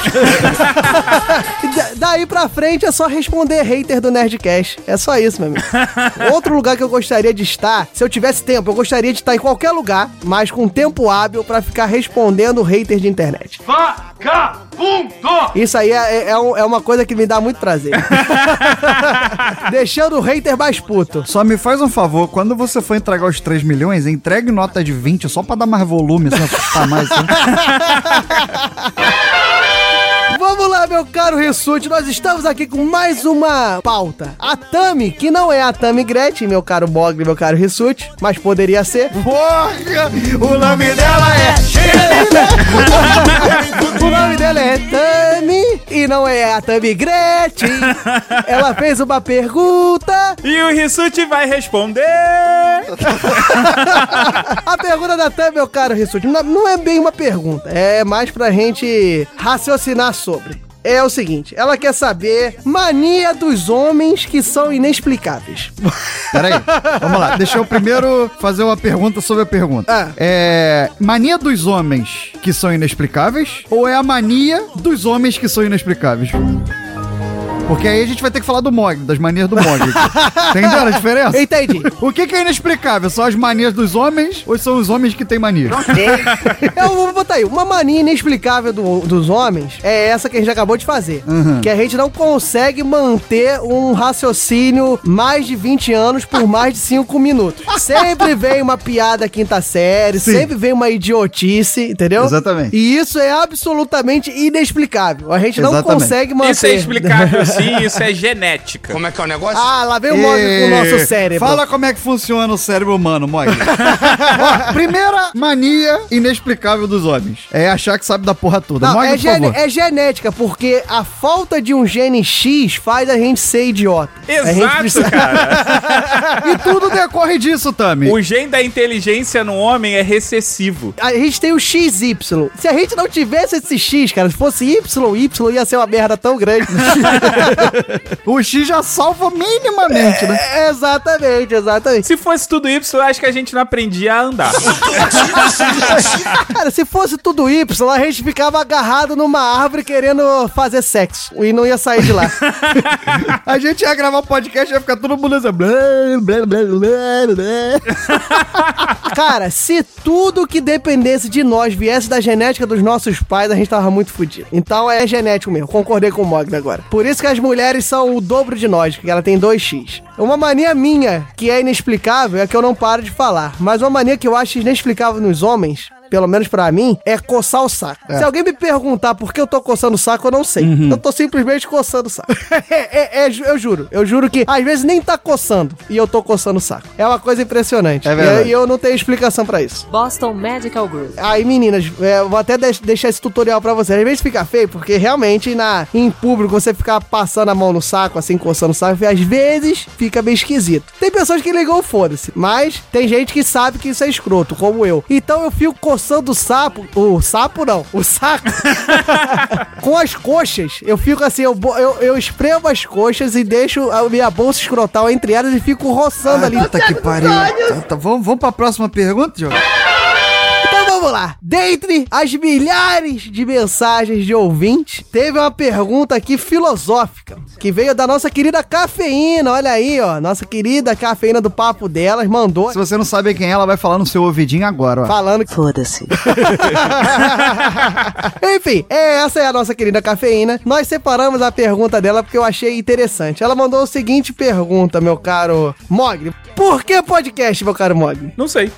Daí pra frente é só responder hater do Nerdcast. É só isso, meu amigo. Outro lugar que eu gostaria de estar, se eu tivesse tempo, eu gostaria de estar em qualquer lugar, mas com tempo hábil pra ficar respondendo hater de internet. Vagabundo! Isso aí é uma coisa que me dá muito prazer. Deixando o hater mais puto. Só me faz um favor, quando você for entregar os 3 milhões, entregue nota de 20 só pra dar mais volume, sem assustar mais. Hein? Vamos lá, meu caro Rissuti, nós estamos aqui com mais uma pauta. A Tami, que não é a Tami Gretchen, meu caro Mogli, meu caro Rissuti, mas poderia ser. Porra! O nome dela é... O nome dela é Tami e não é a Tami Gretchen. Ela fez uma pergunta e o Rissuti vai responder. A pergunta da Tami, meu caro Rissuti, não é bem uma pergunta, é mais pra gente raciocinar sobre. É o seguinte, ela quer saber mania dos homens que são inexplicáveis. Peraí, vamos lá. Deixa eu primeiro fazer uma pergunta sobre a pergunta. Mania dos homens que são inexplicáveis ou é a mania dos homens que são inexplicáveis? Porque aí a gente vai ter que falar do Mogli, das manias do Mogli. Entendeu a diferença? Entendi. O que é inexplicável? São as manias dos homens ou são os homens que têm mania? Não sei. Eu vou botar aí. Uma mania inexplicável dos homens é essa que a gente acabou de fazer. Que a gente não consegue manter um raciocínio mais de 20 anos por mais de 5 minutos. Sempre vem uma piada quinta série, sempre vem uma idiotice, entendeu? Exatamente. E isso é absolutamente inexplicável. A gente não consegue manter. Isso é explicável sim, isso é genética. Como é que é o negócio? Ah, lá vem o Mogli com o nosso cérebro. Fala como é que funciona o cérebro humano, Mogli. Ó, primeira mania inexplicável dos homens é achar que sabe da porra toda. Não, Mogli, é genética, porque a falta de um gene X faz a gente ser idiota. Exato, cara. E tudo decorre disso, Tami. O gene da inteligência no homem é recessivo. A gente tem o XY. Se a gente não tivesse esse X, cara, se fosse Y ia ser uma merda tão grande. O X já salva minimamente, né? Exatamente. Se fosse tudo Y, eu acho que a gente não aprendia a andar. Cara, se fosse tudo Y, a gente ficava agarrado numa árvore querendo fazer sexo e não ia sair de lá. A gente ia gravar um podcast e ia ficar todo mundo assim... Cara, se tudo que dependesse de nós viesse da genética dos nossos pais, a gente tava muito fudido. Então é genético mesmo, concordei com o Mogli agora. Por isso que as mulheres são o dobro de nós, porque ela tem 2x. Uma mania minha, que é inexplicável, é que eu não paro de falar. Mas uma mania que eu acho inexplicável nos homens, pelo menos pra mim, é coçar o saco. Se alguém me perguntar por que eu tô coçando o saco, eu não sei. Eu tô simplesmente coçando o saco. Eu juro que às vezes nem tá coçando e eu tô coçando o saco. É uma coisa impressionante. É verdade. E eu não tenho explicação pra isso. Boston Medical Group. Aí, meninas, eu vou até deixar esse tutorial pra vocês. Às vezes fica feio, porque realmente em público você ficar passando a mão no saco, assim, coçando o saco, às vezes fica meio esquisito. Tem pessoas que ligam foda-se, mas tem gente que sabe que isso é escroto, como eu. Então eu fico coçando o saco com as coxas. Eu fico assim, eu espremo as coxas e deixo a minha bolsa escrotal entre elas e fico roçando ali. Puta que pariu. Tá, vamos pra próxima pergunta, Diogo? Então vamos lá. Dentre as milhares de mensagens de ouvintes, teve uma pergunta aqui filosófica, que veio da nossa querida Cafeína. Olha aí, ó. Nossa querida Cafeína do Papo Delas mandou. Se você não sabe quem é, ela vai falar no seu ouvidinho agora, ó. Falando que... Foda-se. Enfim, essa é a nossa querida Cafeína. Nós separamos a pergunta dela porque eu achei interessante. Ela mandou a seguinte pergunta, meu caro Mogli. Por que podcast, meu caro Mogli? Não sei.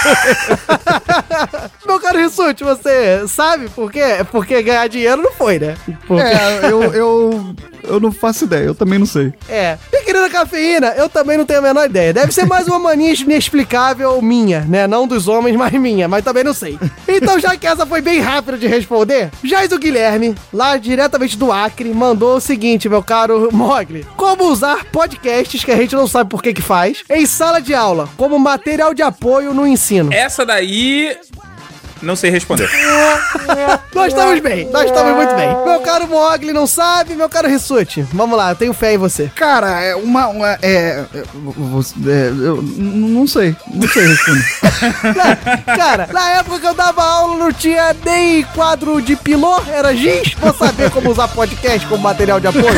Meu caro Rissuti, você sabe por quê? Porque ganhar dinheiro não foi, né? Porque... Eu não faço ideia, eu também não sei. Minha querida Cafeína, eu também não tenho a menor ideia. Deve ser mais uma mania inexplicável minha, né? Não dos homens, mas minha, mas também não sei. Então, já que essa foi bem rápida de responder, Jaiso Guilherme, lá diretamente do Acre, mandou o seguinte, meu caro Mogli. Como usar podcasts que a gente não sabe por que faz em sala de aula, como material de apoio no ensino. Essa daí... Não sei responder. Nós estamos bem, nós estamos muito bem. Meu caro Mogli não sabe, meu caro Rissuti. Vamos lá, eu tenho fé em você. Cara, eu não sei responder. Cara, na época que eu dava aula não tinha nem quadro de pilô, era giz. Vou saber como usar podcast como material de apoio.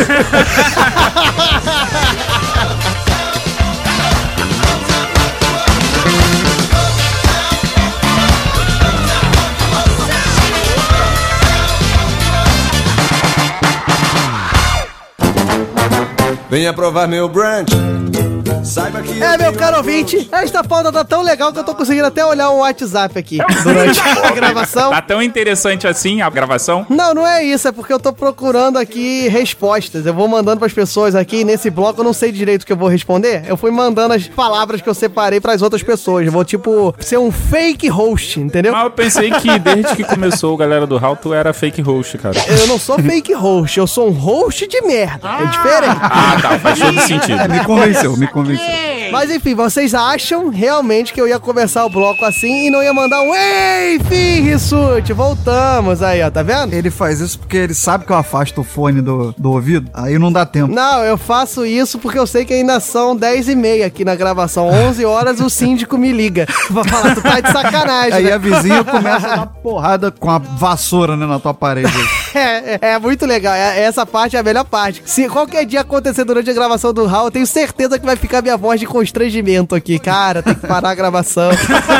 Venha provar meu brunch. Saiba que Meu caro ouvinte, esta pauta tá tão legal que eu tô conseguindo até olhar o WhatsApp aqui durante a gravação. Tá tão interessante assim a gravação? Não é isso, é porque eu tô procurando aqui respostas. Eu vou mandando pras pessoas aqui, nesse bloco eu não sei direito o que eu vou responder. Eu fui mandando as palavras que eu separei pras outras pessoas. Eu vou, tipo, ser um fake host, entendeu? Mas eu pensei que desde que começou o Galera do Hall, tu era fake host, cara. Eu não sou fake host, eu sou um host de merda. É diferente. Ah, tá, faz todo sentido. Me convenceu. Mas enfim, vocês acham realmente que eu ia começar o bloco assim e não ia mandar um ei, fim, Rissuti, voltamos aí, ó, tá vendo? Ele faz isso porque ele sabe que eu afasto o fone do ouvido, aí não dá tempo. Não, eu faço isso porque eu sei que ainda são 10h30 aqui na gravação. 11 horas o síndico me liga. Vou falar, tu tá de sacanagem, Aí né? a vizinha começa a dar porrada com a vassoura, né, na tua parede. É muito legal. Essa parte é a melhor parte. Se qualquer dia acontecer durante a gravação do Hall, eu tenho certeza que vai ficar minha voz de constrangimento aqui. Cara, tem que parar a gravação.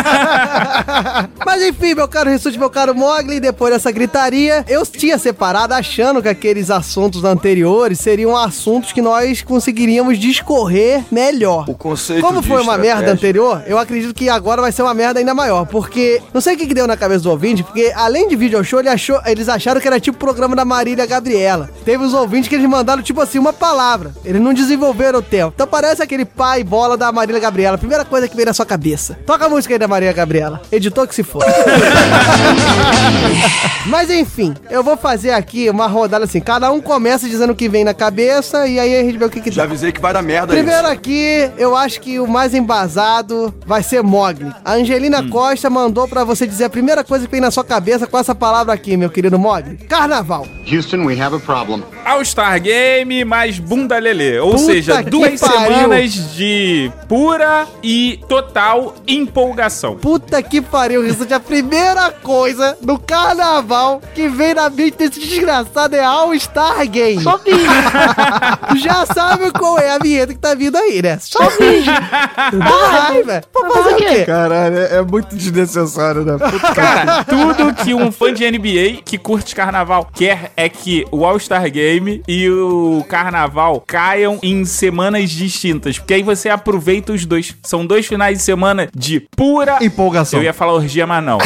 Mas enfim, meu caro Rissuti, meu caro Mogli, depois dessa gritaria, eu tinha separado achando que aqueles assuntos anteriores seriam assuntos que nós conseguiríamos discorrer melhor. o conceito Como de foi uma estratégia- merda anterior, eu acredito que agora vai ser uma merda ainda maior. Porque, não sei o que deu na cabeça do ouvinte, porque além de video show, eles acharam que era tipo o programa da Marília Gabriela. Teve os ouvintes que eles mandaram tipo assim, uma palavra. Eles não desenvolveram o tempo. Então parece aquele pai bola da Marília Gabriela. Primeira coisa que veio na sua cabeça. Toca a música aí da Marília Gabriela. Editor que se for. Mas enfim, eu vou fazer aqui uma rodada assim. Cada um começa dizendo o que vem na cabeça e aí a gente vê o que Já dá. avisei que vai dar merda Primeiro aqui, eu acho que o mais embasado vai ser Mogli. A Angelina Costa mandou pra você dizer a primeira coisa que vem na sua cabeça com essa palavra aqui, meu querido Mogli. Carnaval. Houston, we have a problem. All-Star Game mais bunda lelê. Ou Puta seja, que 2 pariu. semanas de pura e total empolgação. Puta que pariu, Rissuti. A primeira coisa do carnaval que vem na mente desse desgraçado é All-Star Game. Só Já sabe qual é a vinheta que tá vindo aí, né? Só raiva. Vou fazer o quê? Caralho, é muito desnecessário, né? Puta Cara, tudo que um fã de NBA que curte carnaval quer é que o All-Star Game e o carnaval caiam em semanas distintas. Porque aí você aproveita os dois. São 2 finais de semana de pura empolgação. Eu ia falar orgia, mas não.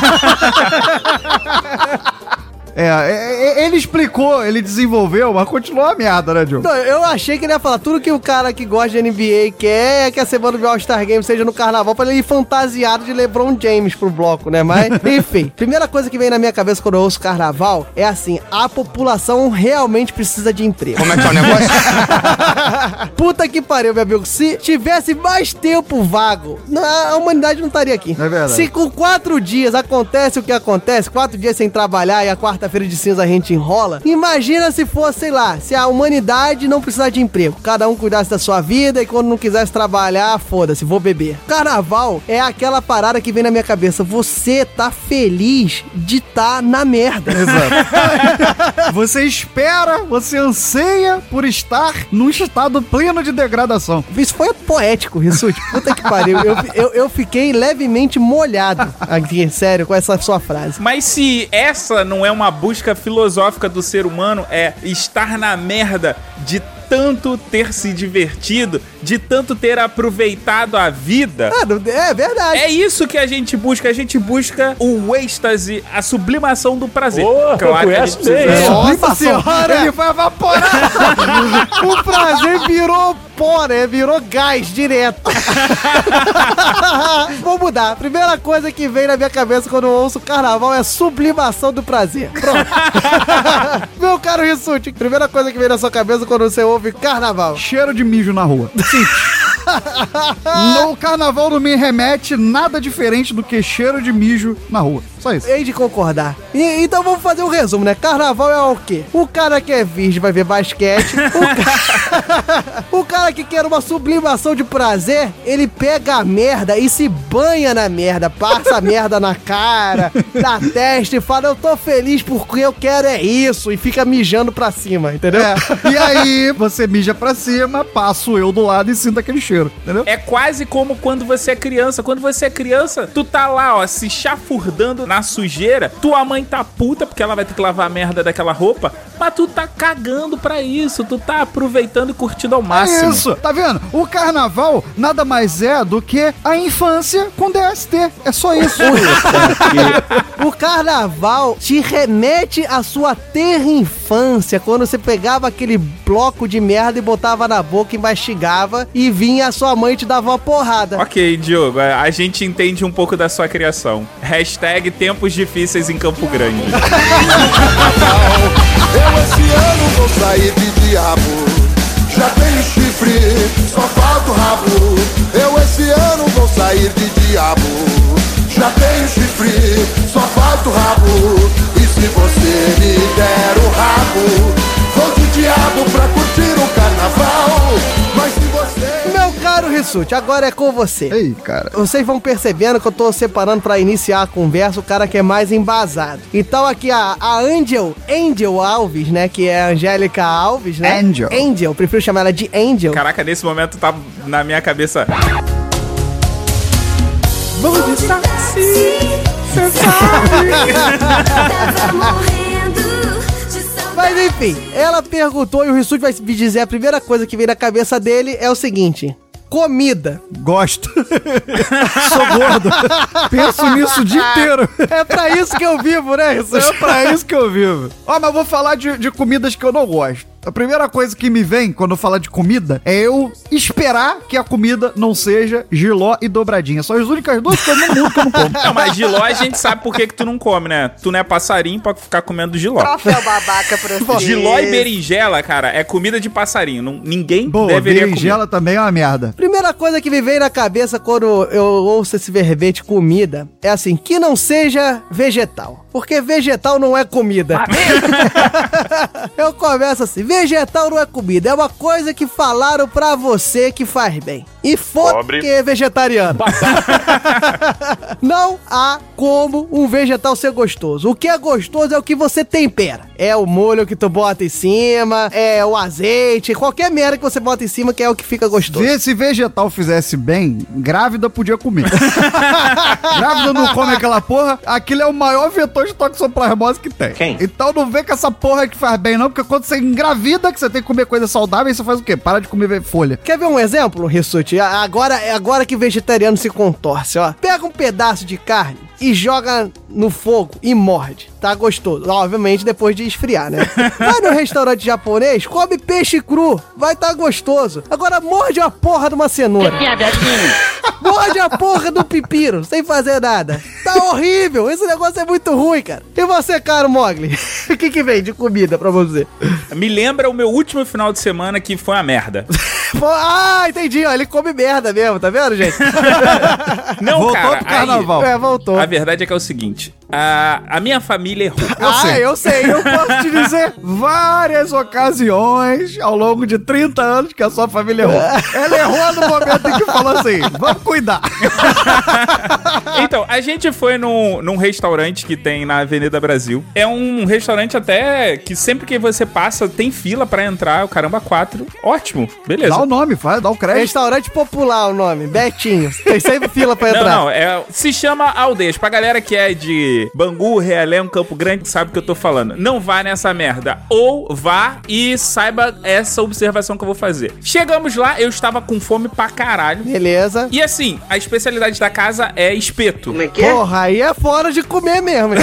Ele explicou, ele desenvolveu, mas continuou a merda, né, Diogo? Não, eu achei que ele ia falar tudo que o cara que gosta de NBA quer é que a semana do All-Star Game seja no carnaval pra ele ir fantasiado de LeBron James pro bloco, né? Mas, enfim, primeira coisa que vem na minha cabeça quando eu ouço carnaval é assim, a população realmente precisa de emprego. Como é que é o negócio? Puta que pariu, meu amigo. Se tivesse mais tempo vago, a humanidade não estaria aqui. É verdade. Se com 4 dias acontece o que acontece, 4 dias sem trabalhar e a quarta-feira de cinza a gente enrola, imagina se fosse, sei lá, se a humanidade não precisasse de emprego. Cada um cuidasse da sua vida e quando não quisesse trabalhar, foda-se, vou beber. Carnaval é aquela parada que vem na minha cabeça. Você tá feliz de tá na merda. Exato. Você espera, você anseia por estar num estado pleno de degradação. Isso foi poético, Rissuti. Puta que pariu. Eu fiquei levemente molhado aqui, sério, com essa sua frase. Mas se essa não é uma busca filosófica do ser humano, é estar na merda de tanto ter se divertido, de tanto ter aproveitado a vida. É verdade. É isso que a gente busca o êxtase, a sublimação do prazer. Claro que a gente precisa. Nossa senhora! Ele vai evaporar! O prazer virou pó, né? Virou gás direto. Vou mudar. Primeira coisa que vem na minha cabeça quando eu ouço carnaval é sublimação do prazer. Pronto. Meu caro Rissuti, primeira coisa que vem na sua cabeça quando você ouve carnaval. Cheiro de mijo na rua. No carnaval não me remete nada diferente do que cheiro de mijo na rua. Só isso. Hei de concordar. Então vamos fazer um resumo, né? Carnaval é o quê? O cara que é virgem vai ver basquete. O cara que quer uma sublimação de prazer, ele pega a merda e se banha na merda. Passa a merda na cara, na testa e fala, eu tô feliz porque eu quero é isso. E fica mijando pra cima, entendeu? E aí, você mija pra cima, passo eu do lado e sinto aquele cheiro, entendeu? É quase como quando você é criança. Quando você é criança, tu tá lá, ó, se chafurdando na sujeira. Tua mãe tá puta porque ela vai ter que lavar a merda daquela roupa, mas tu tá cagando pra isso. Tu tá aproveitando e curtindo ao máximo. É isso, tá vendo? O carnaval nada mais é do que a infância com DST. É só isso. O carnaval te remete à sua terra infância, quando você pegava aquele bloco de merda e botava na boca e mastigava e vinha a sua mãe e te dava uma porrada. Ok, Diogo, a gente entende um pouco da sua criação. Hashtag tempos difíceis em Campo Grande. Eu esse ano vou sair de diabo. Já tenho chifre, só falta o rabo. Eu esse ano vou sair de diabo. Já tenho chifre, só falta o rabo. E se você me der o rabo, vou de diabo pra curtir o carnaval. Mas se você... Meu caro Rissuti, agora é com você. Ei, cara. Vocês vão percebendo que eu tô separando pra iniciar a conversa o cara que é mais embasado. Então aqui a Angel Alves, né, que é a Angélica Alves, né? Angel, prefiro chamar ela de Angel. Caraca, nesse momento tá na minha cabeça... Vou de táxi, cê sabe. Mas enfim, ela perguntou e o Rissuti vai me dizer, a primeira coisa que vem na cabeça dele é o seguinte: comida. Gosto. Sou gordo. Penso nisso o dia inteiro. É pra isso que eu vivo, né, Rissuti? É pra isso que eu vivo. Ó, mas eu vou falar de comidas que eu não gosto. A primeira coisa que me vem quando eu falar de comida é eu esperar que a comida não seja jiló e dobradinha. São as únicas duas coisas no mundo que eu não como. Não, mas jiló a gente sabe por que tu não come, né? Tu não é passarinho pra ficar comendo jiló. Troféu babaca pra você. Jiló e berinjela, cara, é comida de passarinho. Ninguém Boa, deveria comer. berinjela também é uma merda. Primeira coisa que me vem na cabeça quando eu ouço esse verbete comida é assim, que não seja vegetal. Porque vegetal não é comida. Eu começo assim, vegetal não é comida, é uma coisa que falaram pra você que faz bem. E foda que é vegetariano. Não há como um vegetal ser gostoso. O que é gostoso é o que você tempera. É o molho que tu bota em cima, é o azeite, qualquer merda que você bota em cima que é o que fica gostoso. Se vegetal fizesse bem, grávida podia comer. Grávida não come aquela porra, aquilo é o maior vetor de toxoplasmose que tem. Quem? Então não vem com essa porra que faz bem não, porque quando você engravida, que você tem que comer coisa saudável, aí você faz o quê? Para de comer folha. Quer ver um exemplo, Rissuti? Agora que vegetariano se contorce, ó. Pega um pedaço de carne e joga no fogo e morde. Tá gostoso. Obviamente depois de esfriar, né? Vai no restaurante japonês, come peixe cru. Vai tá gostoso. Agora morde a porra de uma cenoura. Morde a porra do pepino, sem fazer nada. Tá horrível. Esse negócio é muito ruim, cara. E você, caro Mogli? O que vem de comida pra você? Me lembra o meu último final de semana que foi uma merda. Ah, entendi. Ó, ele come merda mesmo, tá vendo, gente? Não, voltou cara. pro carnaval. Voltou. A verdade é que é o seguinte. A minha família errou. Eu sei. Eu posso te dizer várias ocasiões ao longo de 30 anos que a sua família errou. Ela errou no momento em que falou assim, vamos cuidar. Então, a gente foi num restaurante que tem na Avenida Brasil. É um restaurante até que sempre que você passa tem fila pra entrar, o caramba 4. Ótimo, beleza. Dá o nome, dá o crédito. Restaurante popular o nome, Betinho. Tem sempre fila pra entrar. Não, se chama Aldeias. Pra galera que é de Bangu, Realengo, Campo Grande, sabe o que eu tô falando. Não vá nessa merda. Ou vá e saiba essa observação que eu vou fazer. Chegamos lá, eu estava com fome pra caralho. Beleza. E assim, a especialidade da casa é espeto. Como é que é? Porra, aí é fora de comer mesmo.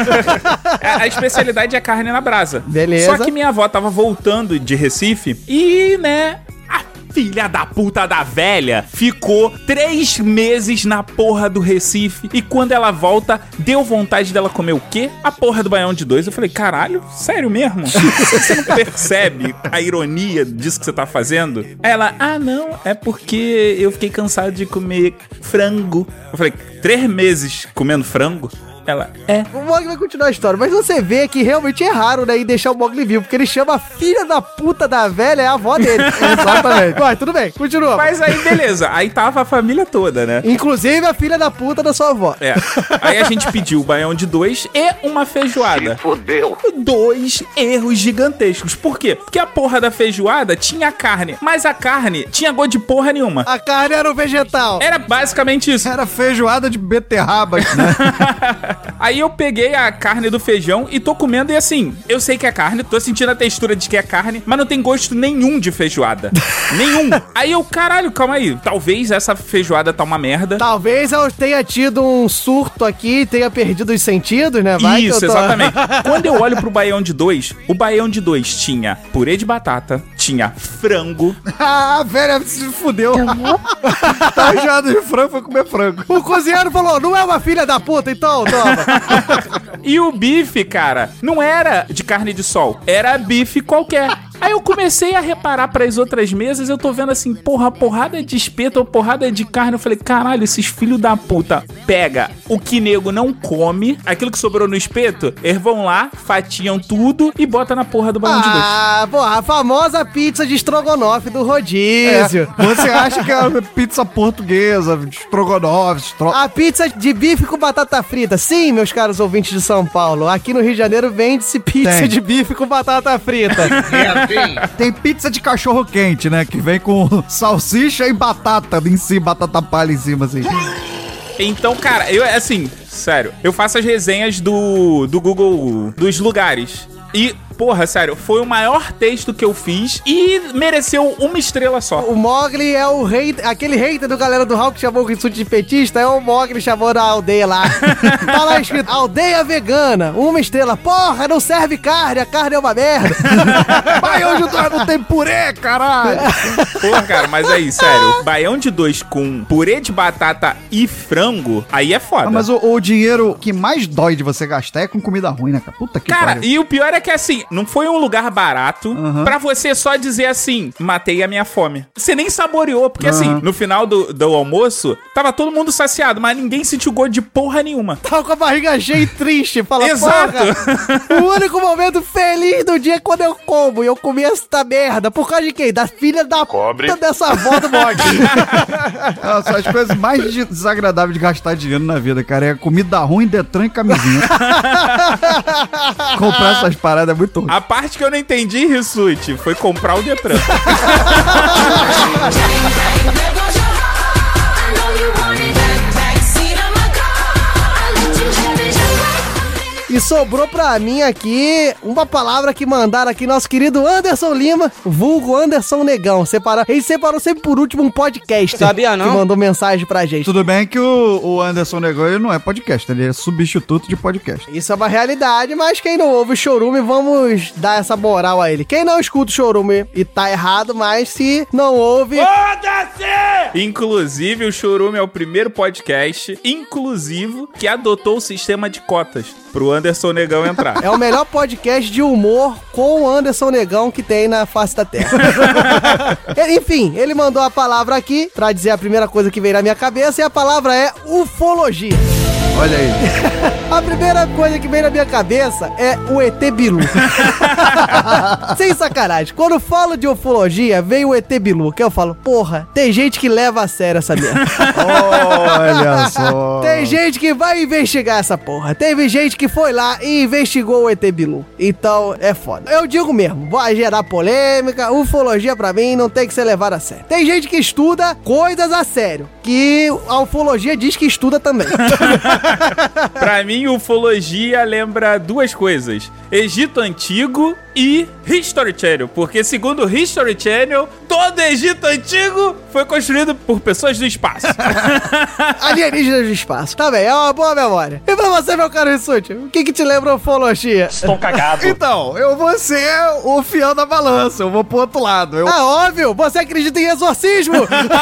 A especialidade é carne na brasa. Beleza. Só que minha avó tava voltando de Recife e, né... Filha da puta da velha ficou 3 meses na porra do Recife. E quando ela volta, deu vontade dela comer o quê? A porra do baião de 2. Eu falei, caralho, sério mesmo? Você não percebe a ironia disso que você tá fazendo? Aí ela, não, é porque eu fiquei cansado de comer frango. Eu falei, 3 meses comendo frango? Ela, é. O Mogli vai continuar a história, mas você vê que realmente erraram, né, em deixar o Mogli vivo, porque ele chama a filha da puta da velha, é a avó dele. Exatamente. Vai, tudo bem, continua. Mas aí, beleza. Aí tava a família toda, né? Inclusive a filha da puta da sua avó. É. Aí a gente pediu o baião de 2 e uma feijoada. Fudeu. 2 erros gigantescos. Por quê? Porque a porra da feijoada tinha carne, mas a carne tinha gosto de porra nenhuma. A carne era um vegetal. Era basicamente isso. Era feijoada de beterraba, né? Aí eu peguei a carne do feijão e tô comendo e assim, eu sei que é carne, tô sentindo a textura de que é carne, mas não tem gosto nenhum de feijoada. Nenhum. Aí eu, caralho, calma aí. Talvez essa feijoada tá uma merda. Talvez eu tenha tido um surto aqui e tenha perdido os sentidos, né? Vai Isso, que eu tô... exatamente. Quando eu olho pro baião de 2, o baião de 2 tinha purê de batata, tinha frango. A velha se fudeu. Tá enjoado de frango, foi comer frango. O cozinheiro falou, não é uma filha da puta, então toma. E o bife, cara, não era de carne de sol, era bife qualquer. Aí eu comecei a reparar pras outras mesas, eu tô vendo assim, porrada de espeto ou porrada de carne. Eu falei, caralho, esses filhos da puta pega o que nego não come, aquilo que sobrou no espeto, eles vão lá, fatiam tudo e bota na porra do baião de 2. Ah, porra, a famosa pizza de estrogonofe do rodízio. Você acha que é pizza portuguesa, estrogonofe, A pizza de bife com batata frita. Sim, meus caros ouvintes de São Paulo, aqui no Rio de Janeiro vende-se pizza de bife com batata frita. Tem pizza de cachorro quente, né? Que vem com salsicha e batata em cima, batata palha em cima, assim. Então, cara, eu, assim, sério, eu faço as resenhas do Google dos lugares. E, porra, sério, foi o maior texto que eu fiz e mereceu 1 estrela só. O Mogli é o rei, aquele hater do galera do Hulk que chamou o Rissuti de petista, é o Mogli chamou da aldeia lá. Tá lá escrito, aldeia vegana, 1 estrela. Porra, não serve carne, a carne é uma merda. Vai, hoje não tem purê, caralho. Porra, cara, mas aí, sério, baião de 2 com purê de batata e frango, aí é foda. Mas o dinheiro que mais dói de você gastar é com comida ruim, né, cara? Puta que cara, pariu. e o pior é que assim, não foi um lugar barato pra você só dizer assim, matei a minha fome. Você nem saboreou, porque assim, no final do almoço, tava todo mundo saciado, mas ninguém sentiu gosto de porra nenhuma. Tava com a barriga cheia e triste. Fala, exato. Porra, o único momento feliz do dia é quando eu como. E eu comi essa merda. Por causa de quem? Da filha da puta dessa avó do Mogli. São as coisas mais desagradáveis de gastar dinheiro na vida, cara. É comida ruim, Detran e camisinha. Comprar essas paradas é muito ruim. A parte que eu não entendi, Rissuti, foi comprar o Detran. E sobrou pra mim aqui uma palavra que mandaram aqui nosso querido Anderson Lima, vulgo Anderson Negão. Ele separou sempre por último um podcast. Sabia não? Que mandou mensagem pra gente. Tudo bem que o Anderson Negão, ele não é podcast, ele é substituto de podcast. Isso é uma realidade, mas quem não ouve o Chorume, vamos dar essa moral a ele. Quem não escuta o Chorume e tá errado, mas se não ouve... Foda-se! Inclusive, o Chorume é o primeiro podcast inclusivo que adotou o sistema de cotas pro Anderson Negão entrar. É o melhor podcast de humor com o Anderson Negão que tem na face da Terra. Enfim, ele mandou a palavra aqui pra dizer a primeira coisa que veio na minha cabeça e a palavra é ufologia. Olha aí. A primeira coisa que veio na minha cabeça é o ET Bilu. Sem sacanagem. Quando eu falo de ufologia, vem o ET Bilu, que eu falo, porra, tem gente que leva a sério essa merda. Olha só. Tem gente que vai investigar essa porra. Teve gente que foi lá e investigou o ET Bilu. Então, é foda. Eu digo mesmo, vai gerar polêmica, ufologia pra mim não tem que ser levada a sério. Tem gente que estuda coisas a sério, que a ufologia diz que estuda também. Pra mim, ufologia lembra 2 coisas: Egito Antigo e History Channel. Porque, segundo o History Channel, todo Egito Antigo foi construído por pessoas do espaço. Alienígenas do espaço. Tá bem, é uma boa memória. E pra você, meu caro Rissuti, o que te lembra ufologia? Estou cagado. Então, eu vou ser o fiel da balança, eu vou pro outro lado. Ah, óbvio, você acredita em exorcismo?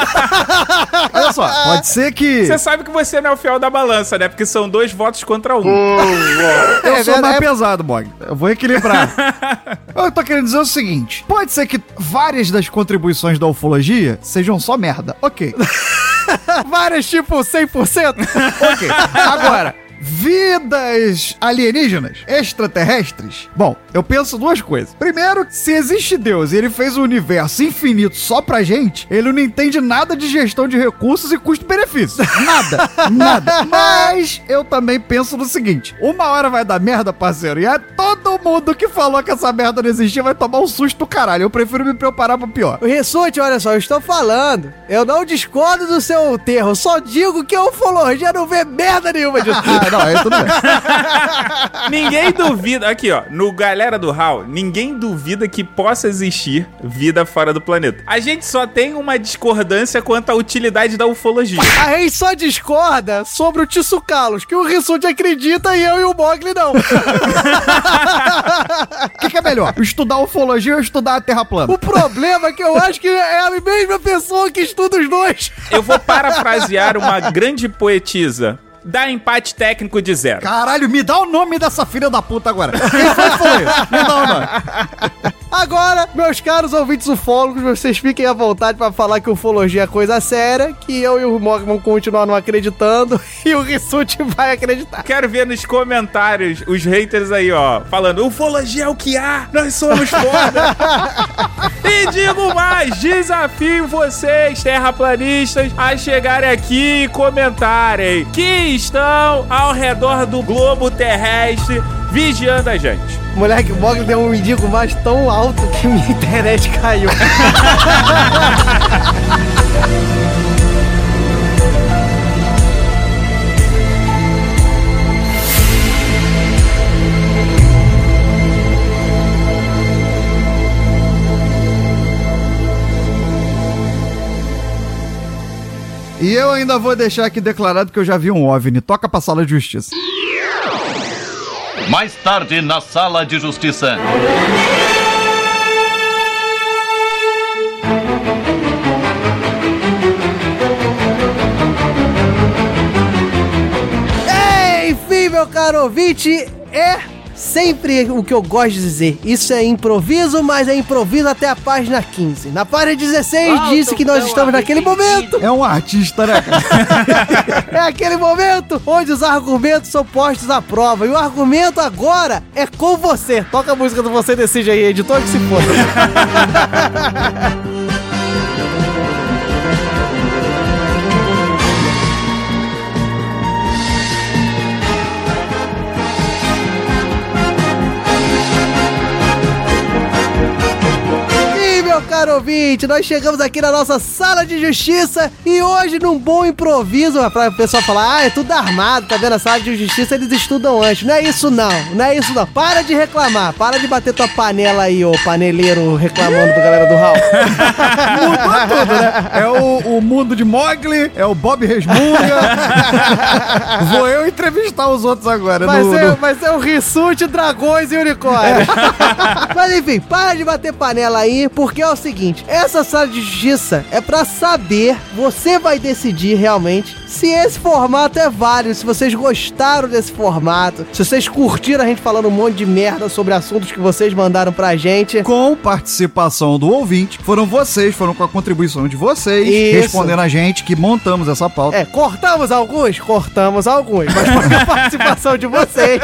Olha só, pode ser que... Você sabe que você não é o fiel da balança, né? Porque são 2 votos contra 1. Eu sou mais pesado, Bog. Eu vou equilibrar. Eu tô querendo dizer o seguinte: pode ser que várias das contribuições da ufologia sejam só merda. Ok. Várias, tipo 100%? Ok. Agora, vidas alienígenas, extraterrestres? Bom, eu penso duas coisas. Primeiro, se existe Deus e ele fez o universo infinito só pra gente, ele não entende nada de gestão de recursos e custo-benefício. Nada. Mas eu também penso no seguinte, uma hora vai dar merda, parceiro, e é todo mundo que falou que essa merda não existia vai tomar um susto do caralho. Eu prefiro me preparar pro pior. O Rissuti, olha só, eu estou falando. Eu não discordo do seu termo, só digo que a ufologia não vê merda nenhuma disso. Não, aí tudo bem. Ninguém duvida, aqui ó, no Galera do HAL, ninguém duvida que possa existir vida fora do planeta. A gente só tem uma discordância quanto à utilidade da ufologia. A gente só discorda sobre o Tissucalos, que o Rissuti acredita e eu e o Mogli não. O que é melhor? Estudar ufologia ou estudar a Terra plana? O problema é que eu acho que é a mesma pessoa que estuda os dois. Eu vou parafrasear uma grande poetisa. Dá empate técnico de 0. Caralho, me dá o nome dessa filha da puta agora. Quem foi que falou isso? Me dá o nome. Agora, meus caros ouvintes ufólogos, vocês fiquem à vontade pra falar que ufologia é coisa séria, que eu e o Mogli vamos continuar não acreditando e o Rissuti vai acreditar. Quero ver nos comentários os haters aí, ó, falando, ufologia é o que há, nós somos foda. E digo mais, desafio vocês, terraplanistas, a chegarem aqui e comentarem que estão ao redor do globo terrestre vigiando a gente. Moleque, o Mogli deu um mendigo mais tão alto que minha internet caiu. E eu ainda vou deixar aqui declarado que eu já vi um OVNI. Toca pra sala de justiça. Mais tarde, na Sala de Justiça. Enfim, meu caro ouvinte, sempre o que eu gosto de dizer. Isso é improviso, mas é improviso até a página 15. Na página 16 disse que nós estamos naquele momento. É um artista, né, cara? É aquele momento onde os argumentos são postos à prova. E o argumento agora é com você. Toca a música do Você Decide aí, editor, que se foda. Caro ouvinte, nós chegamos aqui na nossa sala de justiça e hoje num bom improviso, pra o pessoal falar, é tudo armado, tá vendo? A sala de justiça eles estudam antes. Não é isso não. Para de reclamar, para de bater tua panela aí, ô paneleiro reclamando do Galera do HAL. Mudou tudo, né? É o mundo de Mogli, é o Bob Resmunga. Vou eu entrevistar os outros agora. Vai ser o Rissuti, Dragões e Unicórnio. Mas enfim, para de bater panela aí, porque é o seguinte, essa sala de justiça é pra saber, você vai decidir realmente se esse formato é válido, se vocês gostaram desse formato, se vocês curtiram a gente falando um monte de merda sobre assuntos que vocês mandaram pra gente. Com participação do ouvinte, foram com a contribuição de vocês, respondendo a gente que montamos essa pauta. Cortamos alguns, mas foi a participação de vocês.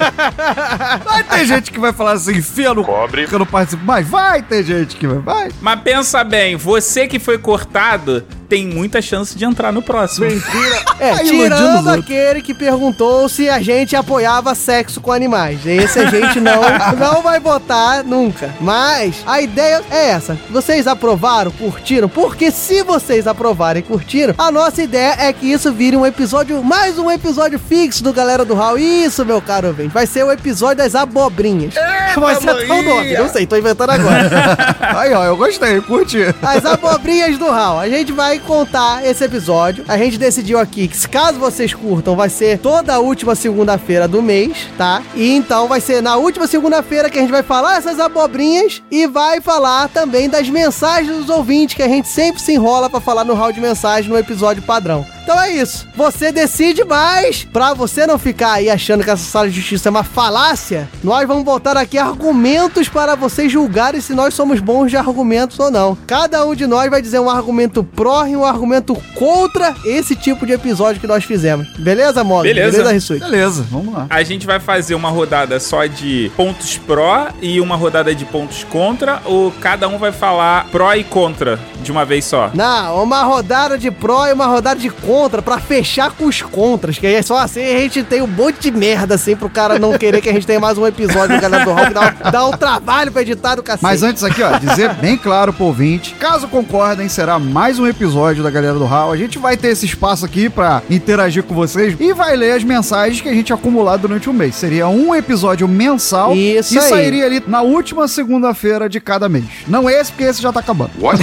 Vai ter gente que vai falar assim, fia no cobre, que eu não participo, mas vai ter gente que vai. Mas pensa bem, você que foi cortado tem muita chance de entrar no próximo. Mentira. Tirando aquele que perguntou se a gente apoiava sexo com animais. Esse a gente não vai votar nunca. Mas a ideia é essa. Vocês aprovaram, curtiram? Porque se vocês aprovarem e curtiram, a nossa ideia é que isso vire mais um episódio fixo do Galera do HAL. Isso, meu caro ouvinte. Vai ser o episódio das abobrinhas. Vai ser tão nome. Não sei, tô inventando agora. Aí, ó, eu gostei, curti. As abobrinhas do HAL. A gente vai contar esse episódio. A gente decidiu aqui que, se caso vocês curtam, vai ser toda a última segunda-feira do mês, tá? E então vai ser na última segunda-feira que a gente vai falar essas abobrinhas e vai falar também das mensagens dos ouvintes, que a gente sempre se enrola pra falar no hall de mensagem no episódio padrão. Então é isso. Você decide, mas pra você não ficar aí achando que essa sala de justiça é uma falácia, nós vamos botar aqui argumentos para vocês julgarem se nós somos bons de argumentos ou não. Cada um de nós vai dizer um argumento pró e um argumento contra esse tipo de episódio que nós fizemos. Beleza, Mogli? Beleza. Rissuti? Beleza, vamos lá. A gente vai fazer uma rodada só de pontos pró e uma rodada de pontos contra, ou cada um vai falar pró e contra de uma vez só? Não, uma rodada de pró e uma rodada de contra pra fechar com os contras, que aí só assim a gente tem um monte de merda assim pro cara não querer que a gente tenha mais um episódio do Galera do Rock, dá um trabalho pra editar do cacete. Mas antes aqui, ó, dizer bem claro pro ouvinte, caso concordem, será mais um episódio da Galera do Hall. A gente vai ter esse espaço aqui pra interagir com vocês e vai ler as mensagens que a gente acumular durante o mês. Seria um episódio mensal. Isso e aí. Sairia ali na última segunda-feira de cada mês. Não esse, porque esse já tá acabando. What?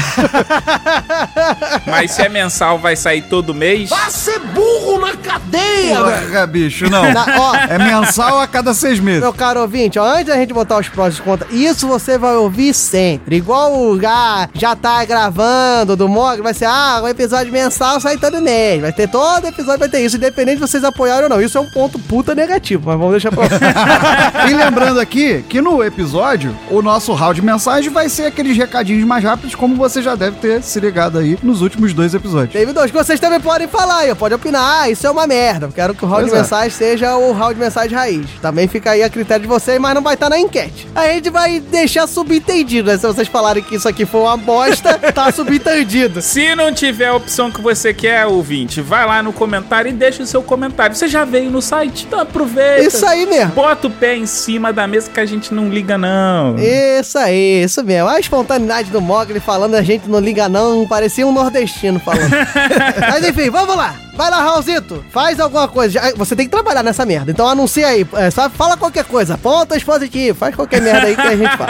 Mas se é mensal, vai sair todo mês? Vai ser burro na cadeia, velho. Porra, bicho, não. Ó, É mensal a cada 6 meses. meu caro ouvinte, ó, antes da gente botar os prós e os contras, isso você vai ouvir sempre. Igual o já tá gravando do Mogli, vai ser, um episódio mensal sai todo mês. Vai ter todo episódio, vai ter isso, independente de vocês apoiarem ou não. Isso é um ponto puta negativo, mas vamos deixar pra lá. E lembrando aqui que no episódio, o nosso round de mensagem vai ser aqueles recadinhos mais rápidos, como você já deve ter se ligado aí nos últimos 2 episódios. Teve 2 que vocês também podem falar aí, pode opinar, isso é uma merda. Quero que o round de mensagem seja o round de mensagem raiz. Também fica aí a critério de vocês, mas não vai estar na enquete. A gente vai deixar subentendido, né? Se vocês falarem que isso aqui foi uma bosta, tá subentendido. Se não tiver a opção que você quer, ouvinte, vai lá no comentário e deixa o seu comentário. Você já veio no site? Então aproveita. Isso aí mesmo. Bota o pé em cima da mesa que a gente não liga, não. Isso aí, isso mesmo. A espontaneidade do Mogli falando, a gente não liga não, parecia um nordestino falando. Mas enfim, vamos lá. Vai lá, Raulzito, faz alguma coisa. Você tem que trabalhar nessa merda, então anuncia aí. Só fala qualquer coisa, pontos positivos, faz qualquer merda aí que a gente faz.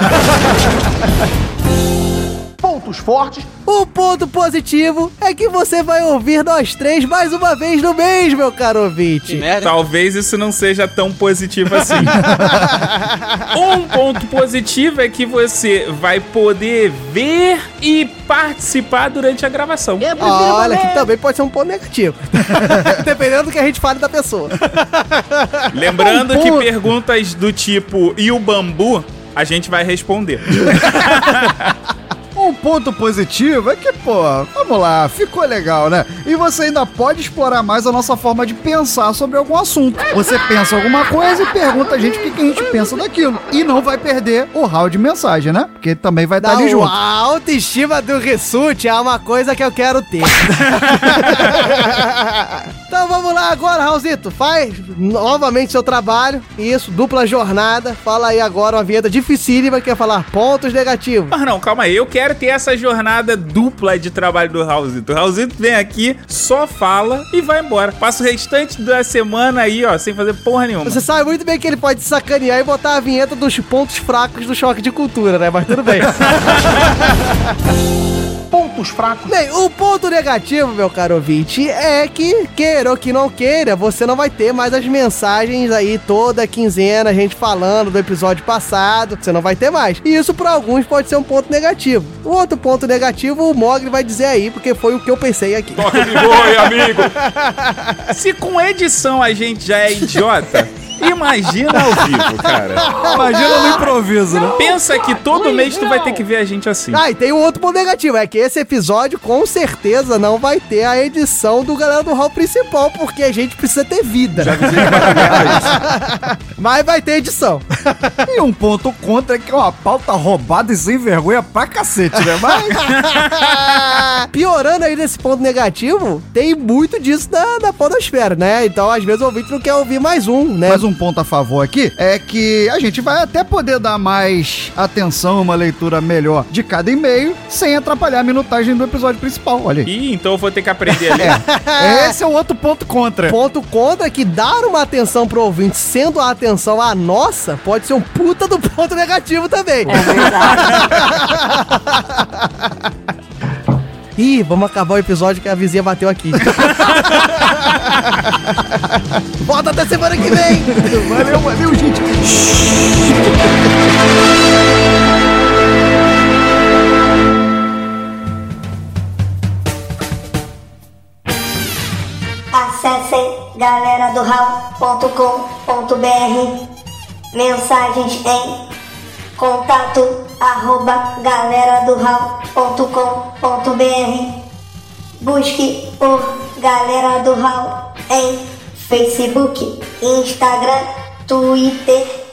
Pontos fortes. O ponto positivo é que você vai ouvir nós 3 mais uma vez no mês, meu caro ouvinte. Talvez isso não seja tão positivo assim. Um ponto positivo é que você vai poder ver e participar durante a gravação. Olha, que também pode ser um ponto negativo. Dependendo do que a gente fale da pessoa. Lembrando que perguntas do tipo, e o bambu? A gente vai responder. Um ponto positivo é que, pô, vamos lá, ficou legal, né? E você ainda pode explorar mais a nossa forma de pensar sobre algum assunto. Você pensa alguma coisa e pergunta a gente o que a gente pensa daquilo. E não vai perder o round de mensagem, né? Porque também vai estar ali junto. A autoestima do Rissuti é uma coisa que eu quero ter. Então vamos lá agora, Raulzito. Faz novamente seu trabalho. Isso, dupla jornada. Fala aí agora uma vinheta dificílima que é falar pontos negativos. Mas não, calma aí. Eu quero ter essa jornada dupla de trabalho do Raulzito. O Raulzito vem aqui, só fala e vai embora. Passa o restante da semana aí, ó, sem fazer porra nenhuma. Você sabe muito bem que ele pode sacanear e botar a vinheta dos pontos fracos do Choque de Cultura, né? Mas tudo bem. Pontos fracos. Bem, o ponto negativo, meu caro ouvinte, é que, queira ou que não queira, você não vai ter mais as mensagens aí toda quinzena, a gente falando do episódio passado, você não vai ter mais. E isso pra alguns pode ser um ponto negativo. O outro ponto negativo, o Mogli vai dizer aí, porque foi o que eu pensei aqui. Toca de boi, amigo! Se com edição a gente já é idiota... Imagina ao vivo, cara. Imagina no improviso, né? Pensa que todo mês tu vai ter que ver a gente assim. Ah, e tem um outro ponto negativo, é que esse episódio com certeza não vai ter a edição do Galera do Hall principal, porque a gente precisa ter vida. Já avisei que vai isso. Mas vai ter edição. E um ponto contra é que é uma pauta roubada e sem vergonha pra cacete, né? Mas... Piorando aí nesse ponto negativo, tem muito disso da podosfera, né? Então, às vezes, o ouvinte não quer ouvir mais um, né? Mas um ponto a favor aqui é que a gente vai até poder dar mais atenção, uma leitura melhor de cada e-mail, sem atrapalhar a minutagem do episódio principal, olha aí. Ih, então eu vou ter que aprender ali. Esse é o outro ponto contra. Ponto contra é que dar uma atenção pro ouvinte, sendo a atenção a nossa, pode ser um puta do ponto negativo também. É verdade. Ih, vamos acabar o episódio que a vizinha bateu aqui. Volta até semana que vem. Valeu, gente. Acessem galeradohall.com.br. Mensagens em contato@galeradohall.com.br. Busque por Galera do Hall em Facebook, Instagram, Twitter